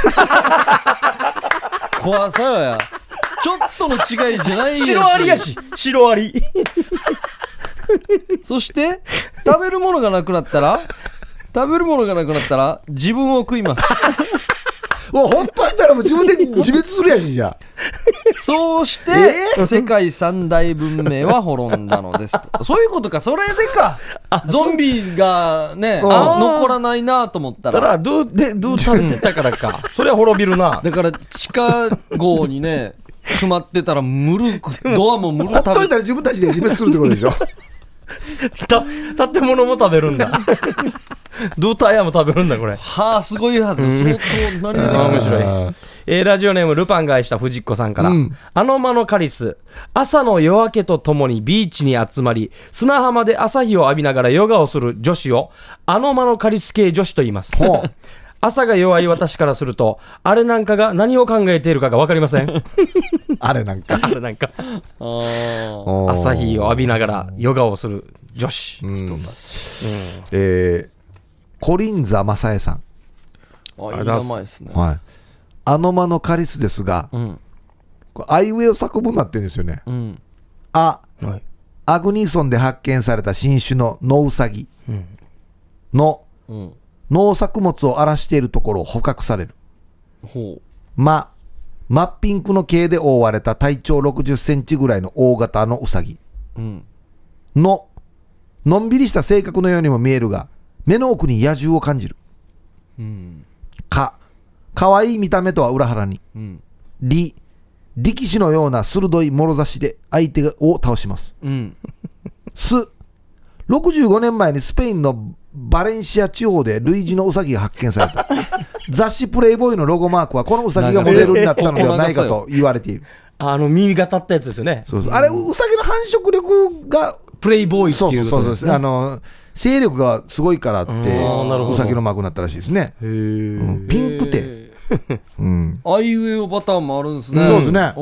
怖さよや、ちょっとの違いじゃないやし、
シロアリやし、シロアリ
そして食べるものがなくなったら食べるものがなくなったら自分を食います
もうほっといたらもう自分で自滅するやしじゃ
そうして、えー、世界三大文明は滅んだのですとそういうことか。それでかゾンビがねあ残らないなと思ったら
だからどうでどう食べてたからかそれは滅びるな。
だから地下壕にね詰まってたらむるドアもむる
ほっといたら自分たちで自滅するってことでしょ
た建物も食べるんだドータイヤも食べるんだこれ。
はあ、すごいはず。相当何が
面白い、えー、ラジオネームルパンが愛した藤子さんから、うん、あの間のカリス、朝の夜明けとともにビーチに集まり砂浜で朝日を浴びながらヨガをする女子をあの間のカリス系女子と言います朝が弱い私からするとあれなんかが何を考えているかが分かりません
あれなんか
あれなんかあ朝日を浴びながらヨガをする女子、
うん、人たち、うん、えーコリンザ正恵さん。
あ、いい名前ですね。
はい。アノマノカリスですが、うん、これアイウェイ作文になってるんですよね。うん、あ、はい、アグニーソンで発見された新種のノウサギの、うん、農作物を荒らしているところを捕獲される。ほう。ま、真っピンクの毛で覆われた体長ろくじゅっセンチぐらいの大型のウサギ、うん、ののんびりした性格のようにも見えるが目の奥に野獣を感じる。うん、かかわいい見た目とは裏腹に、うん、り力士のような鋭いもろ差しで相手を倒します。うん、すろくじゅうごねんまえにスペインのバレンシア地方で類似のウサギが発見された。雑誌プレイボーイのロゴマークはこのウサギがモデルになったのではないかと言われている。
あの耳が立ったやつですよね。
そうそう、あれウサギの繁殖力が
プレイボーイっていうことですね。
そうそうそう、あの勢力がすごいからってウサギのマークになったらしいですね。へ、うん、ピンクテ、
うん、アイウェイパターンもあるんですね。
そうですね、はい、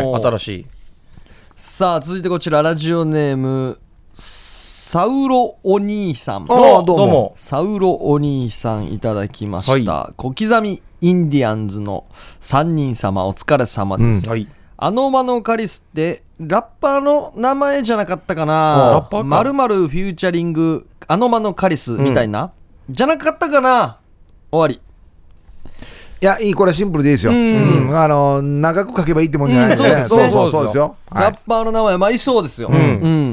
新しい。
さあ続いてこちらラジオネームサウロお兄さん。
あ、どうも、どうも。
サウロお兄さんいただきました、はい、小刻みインディアンズのさんにん様お疲れ様です、うん、はい、アノマノカリスってラッパーの名前じゃなかったかな。まるまるフューチャリングアノマノカリスみたいな、うん、じゃなかったかな。終わり。
いや、いい、これはシンプルでいいですよ、うんうん、あの長く書けばいいってもんじゃないですね、うん、そうそうそうですよ、
はい、ラッパーの名前まあいそうですよ、うんうん、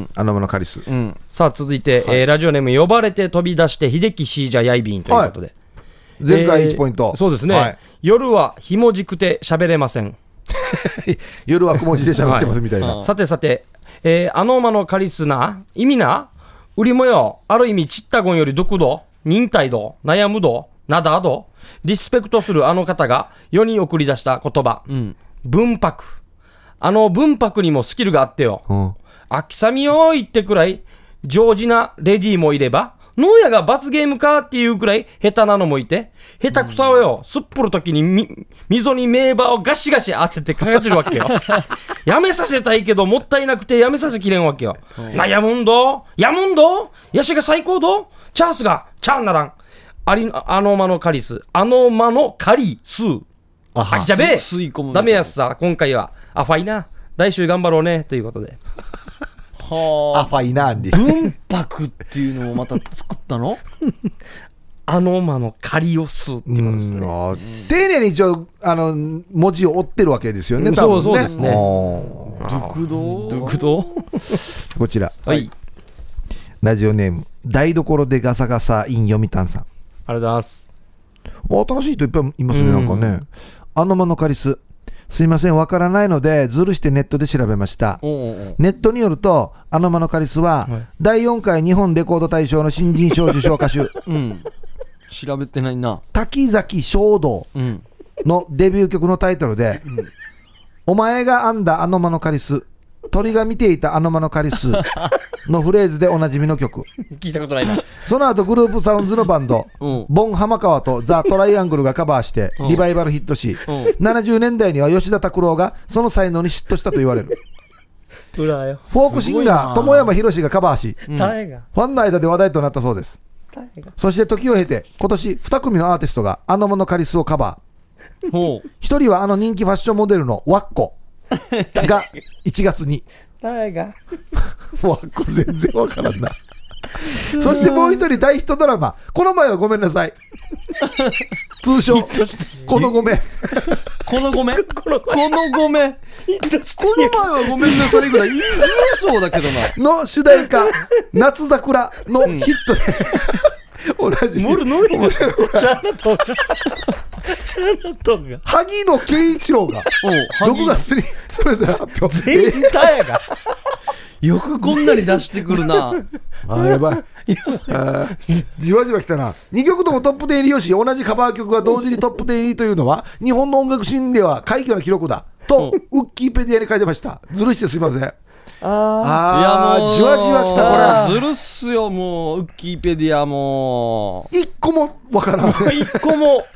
アノマノカリス、うん、
さあ続いて、はい、えー、ラジオネーム呼ばれて飛び出して秀樹シージャヤイビンということで、はい、
前回いちポイント、
えー、そうですね、はい、夜はひもじくて喋れません。
夜はくも字で喋ってますみたいな、
はい、さてさて、えー、アノマノカリスな意味な売りもよ、ある意味チッタゴンより毒度忍耐度悩む度なだどリスペクトするあの方が世に送り出した言葉、うん、文白。あの文白にもスキルがあってよ、うん、秋雨よ言ってくらい上手なレディーもいれば農家が罰ゲームかっていうくらい下手なのもいて、下手くそをよ、すっぽるときにみ溝に名場をガシガシ当ててかかってるわけよ。やめさせたいけどもったいなくてやめさせきれんわけよ。悩むんどやむんどヤシが最高どチャンスがチャンならん。ありアノマノカリスアノマノカリスあきちゃべえダメやすさ。今回はあファイナ来週頑張ろうねということで。
はあ、アファイナーで
文白っていうのをまた作ったの。
アノマノカリオスっていうことですね。
丁寧に一応あの文字を追ってるわけですよね。多分ね、
そうそうですね。
ドクド
ドクド
こちら、
はい、
ラジオネーム台所でガサガサイン読谷さん、
ありがとうございます。
新しい人いっぱいいますね、なんかね。アノマノカリス、すいません、わからないのでずるしてネットで調べました。おうおう、ネットによるとアノマノカリスは、はい、だいよんかい日本レコード大賞の新人賞受賞歌手、うん、
調べてないな。
滝崎衝動のデビュー曲のタイトルで、うん、お前が編んだアノマノカリス、鳥が見ていたアノマノカリスのフレーズでおなじみの曲。
聞いたことないな。
その後グループサウンズのバンド、うん、ボン浜川とザ・トライアングルがカバーしてリバイバルヒットし、うん、ななじゅうねんだいには吉田拓郎がその才能に嫉妬したと言われる。フォークシンガー友山宏がカバーし、うん、ファンの間で話題となったそうです。そして時を経て今年に組のアーティストがアノマノカリスをカバー。一人はあの人気ファッションモデルのワッコがいちがつに
誰が
ワッコ全然わからんな。そしてもう一人大ヒットドラマこの前はごめんなさい通称このごめん
このごめんこのごめんこの前はごめんなさいぐらい言えそうだけど
なの主題歌夏桜のヒットで、うん、同じ
モルノリのチャーナトンがチャーナトンが
萩野圭一郎がろくがつにそれぞれ発表。
全員タヤが
よくこんなに出してくるな。
あやばいあじわじわきたな。にきょくともトップじゅう入りをし同じカバー曲が同時にトップじゅう入りというのは日本の音楽シーンでは快挙な記録だとウッキーペディアに書いてました。ずるしてすいません。ああじわじわきた。
これずるっすよ。もうウッキーペディアも
一個もわからない。
一個も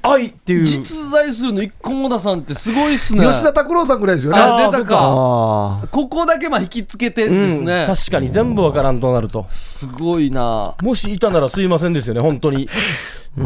愛っていう
実在するの一個もださんってすごいっすね。
吉田拓郎さんぐらいですよね。
あ、出たか。
あ
ここだけまあ引きつけてですね、
うん、確かに全部わからんとなると
すごいな。
もしいたならすいませんですよね本当に、
うん、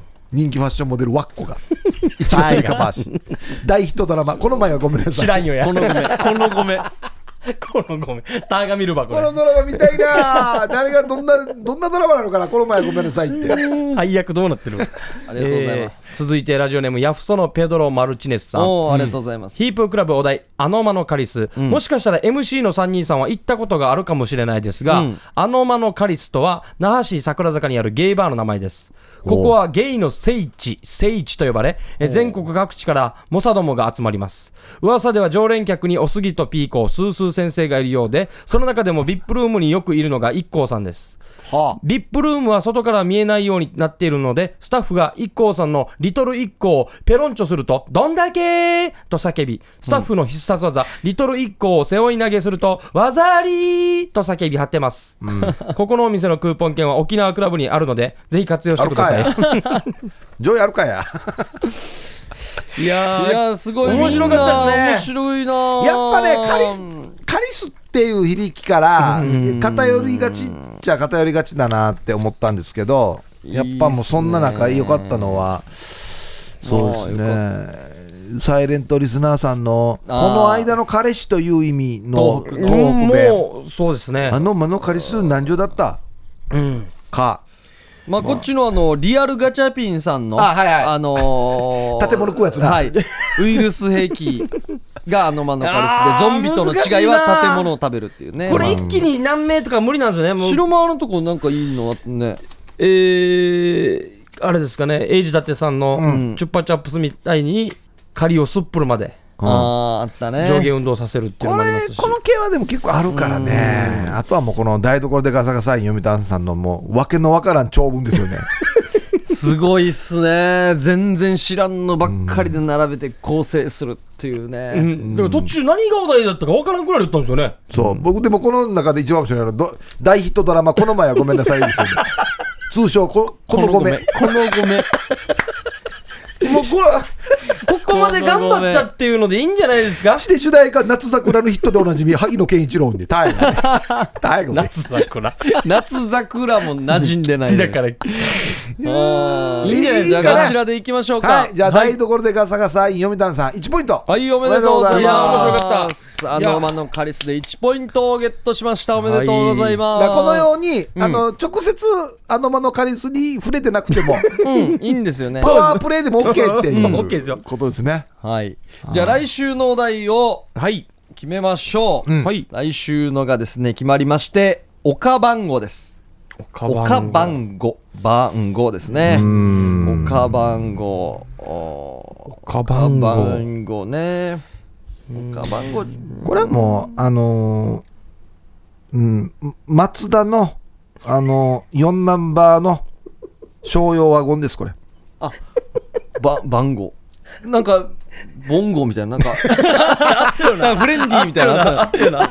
人気ファッションモデルワッコが一月にカバーし大ヒットドラマこの前はごめんなさい
知らんよや
このごめこのごめ
このごめんターが見るばこれ
このドラマ見たいな誰がどんなどんなドラマなのかなこの前はごめんなさいって
配役どうなってる
ありがとうございます、
えー、続いてラジオネームヤフソのペドロ・マルチネスさん。
おありがとうございます、
ヒープークラブお題アノマノカリス、うん、もしかしたら エムシー のさんにんさんは行ったことがあるかもしれないですが、うん、アノマノカリスとは那覇市桜坂にあるゲイバーの名前です。ここはゲイの聖地聖地と呼ばれ全国各地から猛者どもが集まります。噂では常連客におすぎとピーコスースー先生がいるようで、その中でも ブイアイピー ルームによくいるのが アイッコー さんです。はあ、ブイアイピー ルームは外から見えないようになっているので、スタッフが アイッコー さんのリトル アイッコーをペロンチョするとどんだけーと叫び、スタッフの必殺技、うん、リトル アイッコーを背負い投げすると技ありーと叫び張ってます、うん、ここのお店のクーポン券は沖縄クラブにあるのでぜひ活用してください。
ジョイあるかや
いや
ー、いやーすごい
面白かったですね。
面白いな。
やっぱねカリスカリスっていう響きから偏りがちっちゃ偏りがちだなって思ったんですけど、やっぱもうそんな中良かったのはそうですね、サイレントリスナーさんのこの間の彼氏という意味の東北弁、
もうそうですね、
あの間の彼氏何錠だった、うん、か
まあ、こっちのあのリアルガチャピンさんの あ、はいはい、あのー、
建物食うやつな、
はい、ウイルス兵器があのマノカリスでゾンビとの違いは建物を食べるっていうね。
これ一気に何名とか無理なんですよね。もう
白間のとこなんかいいのあってね、
えー、あれですかね、エイジダテさんのチュッパチャップスみたいに仮をすっぷるまで、
うん、あ, あったね、
上下運動させるっていうのもありますし、
これこの系はでも結構あるからね。あとはもうこの台所でガサガサイン読谷さんのもうわけのわからん長文ですよね。
すごいっすね。全然知らんのばっかりで並べて構成するっていうね、うん、
だから途中何がお題だったかわからんくらい言ったんですよね。
そう、僕でもこの中で一番面白いのは大ヒットドラマこの前はごめんなさいですよね。通称 こ, このごめ
このごめ
もうこれここまで頑張ったっていうのでいいんじゃないですか。
して主題歌夏桜のヒットでおなじみ萩野健一郎で大変大変
夏桜
夏桜も馴染んでない
だからい
いんじゃないですか。こちらでいきましょうか。
はい、じゃあ台所でガサガサイン読谷さんいちポイント。
はい、おめでとうございます。いや面白かった。あのマノカリスでいちポイントをゲットしました。おめでとうございます。
はい、このように、うん、あの直接あのマノカリスに触れてなくても、
うん、いいんですよね。
パワープレイでも OK っていう、
うん、OK ですよ。
ことですね。
はい。じゃあ来週のお題を決めましょう。
はい。
来週のがですね決まりまして、岡番号です。岡番号番号ですね。岡番号
岡番号
番号ね。岡番号
これはもうあのー、うん松田のあのー、よんナンバーの商用ワゴンですこれ。
あば番号なんかボンゴみたいななんかフレンディーみたいなあってるな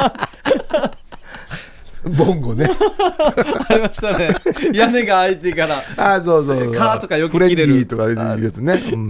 ボンゴね
ありましたね。屋根が開いてから
あそうそうそう
カーとかよく切れる
フレンディーとかいうやつね、うん、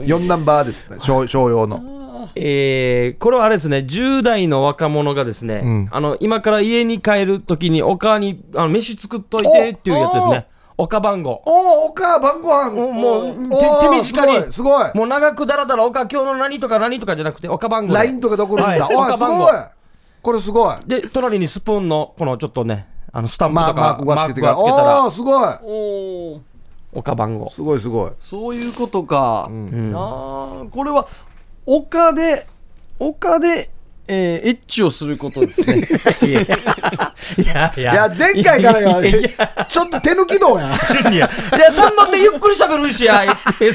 よんナンバーですね 商, 商用の。
えー、これはあれですね、じゅう代の若者がですね、うん、あの今から家に帰るときにお母にあの飯作っといてっていうやつですね。岡番号。
おお、岡晩ご飯。
もう手, 手短に
すごい。
もう長くだらだら岡今日の何とか何とかじゃなくて岡番号。
ラインとかどころんだ。はい、岡番号。これすごい。
で隣にスプーンのこのちょっとねあのスタンプとか
マークがつけてから。ああすごい。
お岡番号。
すごいすごい。
そういうことか。うん、あこれは岡で岡で。えー、エッチをすることですね。
いやいやいや
前回からよちょっと手抜きどうや
ジュニアいやさんばんめゆっくりしゃべるしや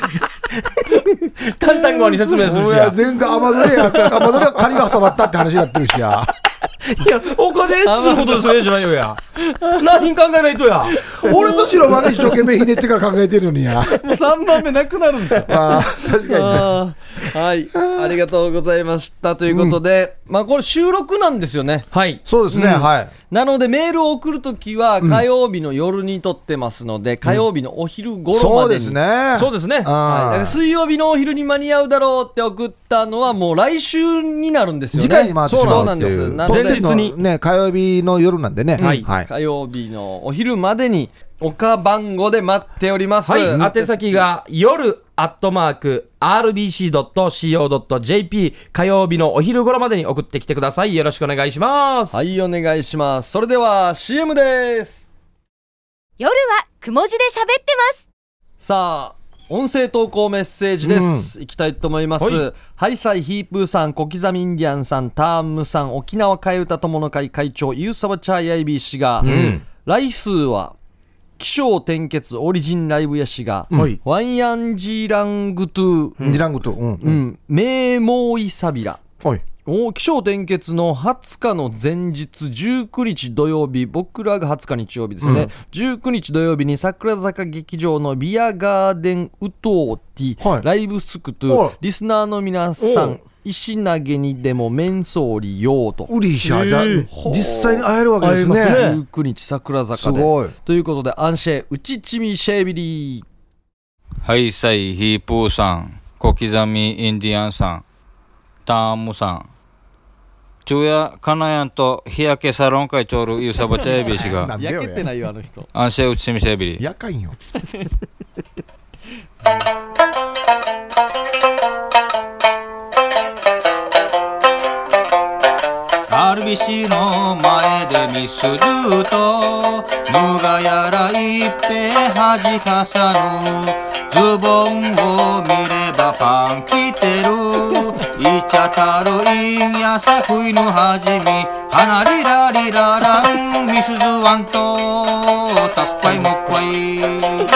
簡単語に説明するしや
前回雨どれや雨どれは仮が挟まったって話になってるしや
いやお金エッチすることですねじゃないよや何考えないとや。
俺と白まで一生懸命ひねってから考えてるのにや。
もうさんばんめなくなるんですよ。
あ確かに、ね、
あはい、ありがとうございましたということで、うん、まあこれ収録なんですよね。
はい、
そうですね、うん、はい。
なのでメールを送るときは火曜日の夜に撮ってますので、うん、火曜日のお昼頃までに、うん、
そうですね、
そうですね、はい、だ
から水曜日のお昼に間に合うだろうって送ったのはもう来週になるんですよね。
次回に回ってしまうっていう。
そうなんです。
前日にね、火曜日の夜なんでね、
はいはい、火曜日のお昼までに岡番号で待っております。
はい、宛先が夜アットマーク アールビーシードットシーオードットジェーピー 火曜日のお昼頃までに送ってきてください。よろしくお願いします。
はい、お願いします。それでは シーエム です。
夜はくも字で喋ってます。
さあ音声投稿メッセージです、うん、いきたいと思います。はい、ハイサイヒープーさん、小刻みインディアンさん、タームさん、沖縄替え歌友の会会長ユーサバチャーヤイビー氏が、うん、来数は起承転結オリジンライブやしが、うん、ワンヤンジーラングトゥ、
うん、ジラングトゥ、うんうん、
メーモーイサビラ、
はい、
起承転結のはつかの前日じゅうくにち土曜日、僕らがはつか日曜日ですね、うん、じゅうくにち土曜日に桜坂劇場のビアガーデンウトーティ、はい、ライブスクトゥ、リスナーの皆さん石投げにでもメンソーリようと
うりしゃじゃ実際に会えるわけですね。
じゅうくにち桜坂で、すごいということでアンシェウチチミシェビリー、
ハイサイヒープーさん、小刻みインディアンさん、タームさん、昼夜カナヤンと日焼けサロン会長るユーサバチャイビー氏が
焼けてないよあの人。
アンシェウチチミシェビリー
やかんよ。
アールビーシー の前でミスズとぬがやらいっぺはじかさぬ、ズボンを見ればパン着てる、いちゃたるいんやさくいぬはじみ、はなりらりららんミスズワンとたっかいもっかい、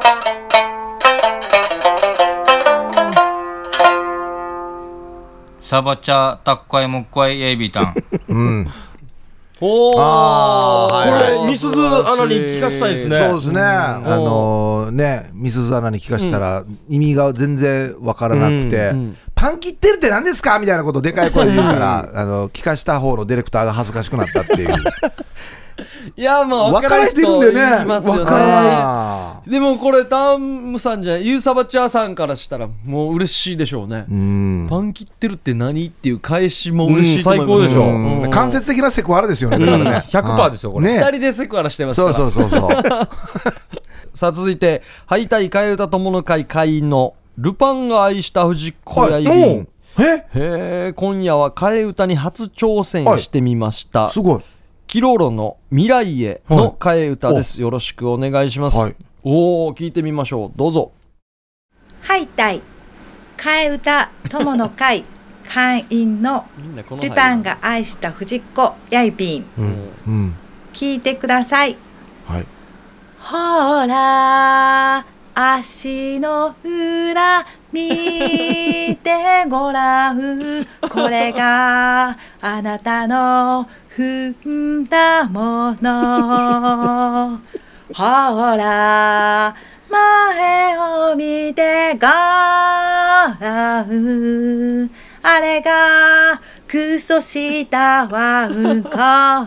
サバチャタッカイムッカイエイビタン。うん。
おー、あ
ー、はいはい、これみすずアナに聞かしたいですね。
そうですね。あのー、ね、みすずアナに聞かしたら、うん、意味が全然わからなくて、うんうん、パン切ってるって何ですかみたいなことをでかい声で言うからあの聞かした方のディレクターが恥ずかしくなったっていう。
いやまあ分からない人いますよね。でもこれタームさんじゃユーサバチャーさんからしたらもう嬉しいでしょうね。うん、パン切ってるって何っていう返しも嬉しいと思います。
最高でしょう。
うん、間接的なセクハラですよね。だからね
ひゃくパーセント ですよこれ、ね、
ふたりでセクハラしてますから。
そうそうそうそう
さあ続いてハイタイ替え歌友の会会員のルパンが愛した藤子やいびん、
はい、
へえ今夜は替え歌に初挑戦してみました、
はい、すごい
キロロの未来への替え歌です、はい、よろしくお願いします、はい、おー聞いてみましょうどうぞ。
ハイタイ替え歌友の会会員のルパンが愛した藤子やいびん、うんうん、聞いてください、はい、ほら足の裏見てごらんこれがあなたの踏んだものほら前を見てごらんあれがクソしたワンコ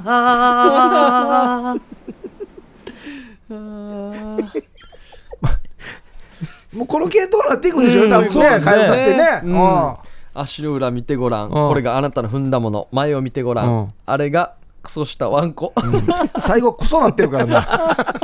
もうこの系統になっていくんでしょ、うん、多分ね、替え歌ってね、うん、
足の裏見てごらん、うん、これがあなたの踏んだもの前を見てごらん、うん、あれがクソしたワンコ、うん、
最後クソなってるからな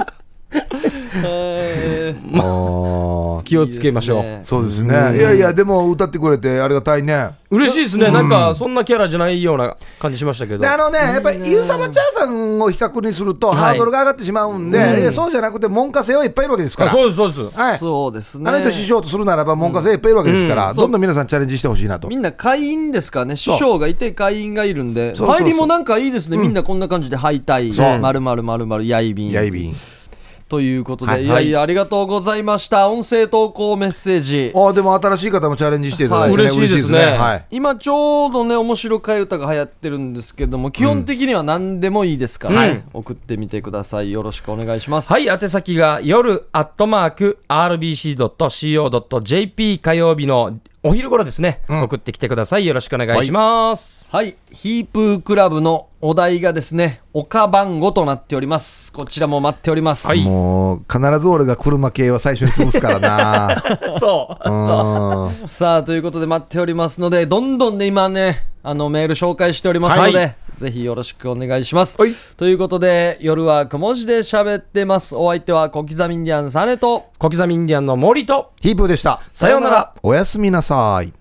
えーまあ、気をつけましょう。いい、ね、
そうですね、うん、いやいやでも歌ってくれてありがたいね。
嬉しいですね、うん、なんかそんなキャラじゃないような感じしましたけど、
であのねやっぱりユーサバチャーさんを比較にするとハードルが上がってしまうんで、はい、うん、そうじゃなくて門下生はいっぱいいるわけですから。
そうですそうです、
はい、
そうですね。
あの人師匠とするならば門下生いっぱいいるわけですから、うん、どんどん皆さんチャレンジしてほしいなと。
みんな会員ですからね、師匠がいて会員がいるんで入りもなんかいいですね、うん、みんなこんな感じで敗退まるまるまるまるやいびん
やいびん
ということで、はい、いやいやありがとうございました。音声投稿メッセージ、
あでも新しい方もチャレンジしていただいて、ね、
はい、嬉しいですね、
はい、
今ちょうどね面白替え歌が流行ってるんですけども、基本的には何でもいいですから、うん、送ってみてください。よろしくお願いします。
はい、宛先が夜アットマーク アールビーシードットシーオードットジェーピー 火曜日のお昼頃ですね、うん、送ってきてください。よろしくお願いします。
はい、はい、ヒープークラブのお題がですね岡番号となっております。こちらも待っております、
はい、もう必ず俺が車系は最初に潰すからな
そうそう
さあということで待っておりますので、どんどんね今ねあのメール紹介しておりますので、はい、ぜひよろしくお願いします、はい、ということで夜はくも字で喋ってます。お相手は小刻みインディアンサネと
小刻みインディアンの森と
ヒープーでした。
さようなら。
おやすみなさい。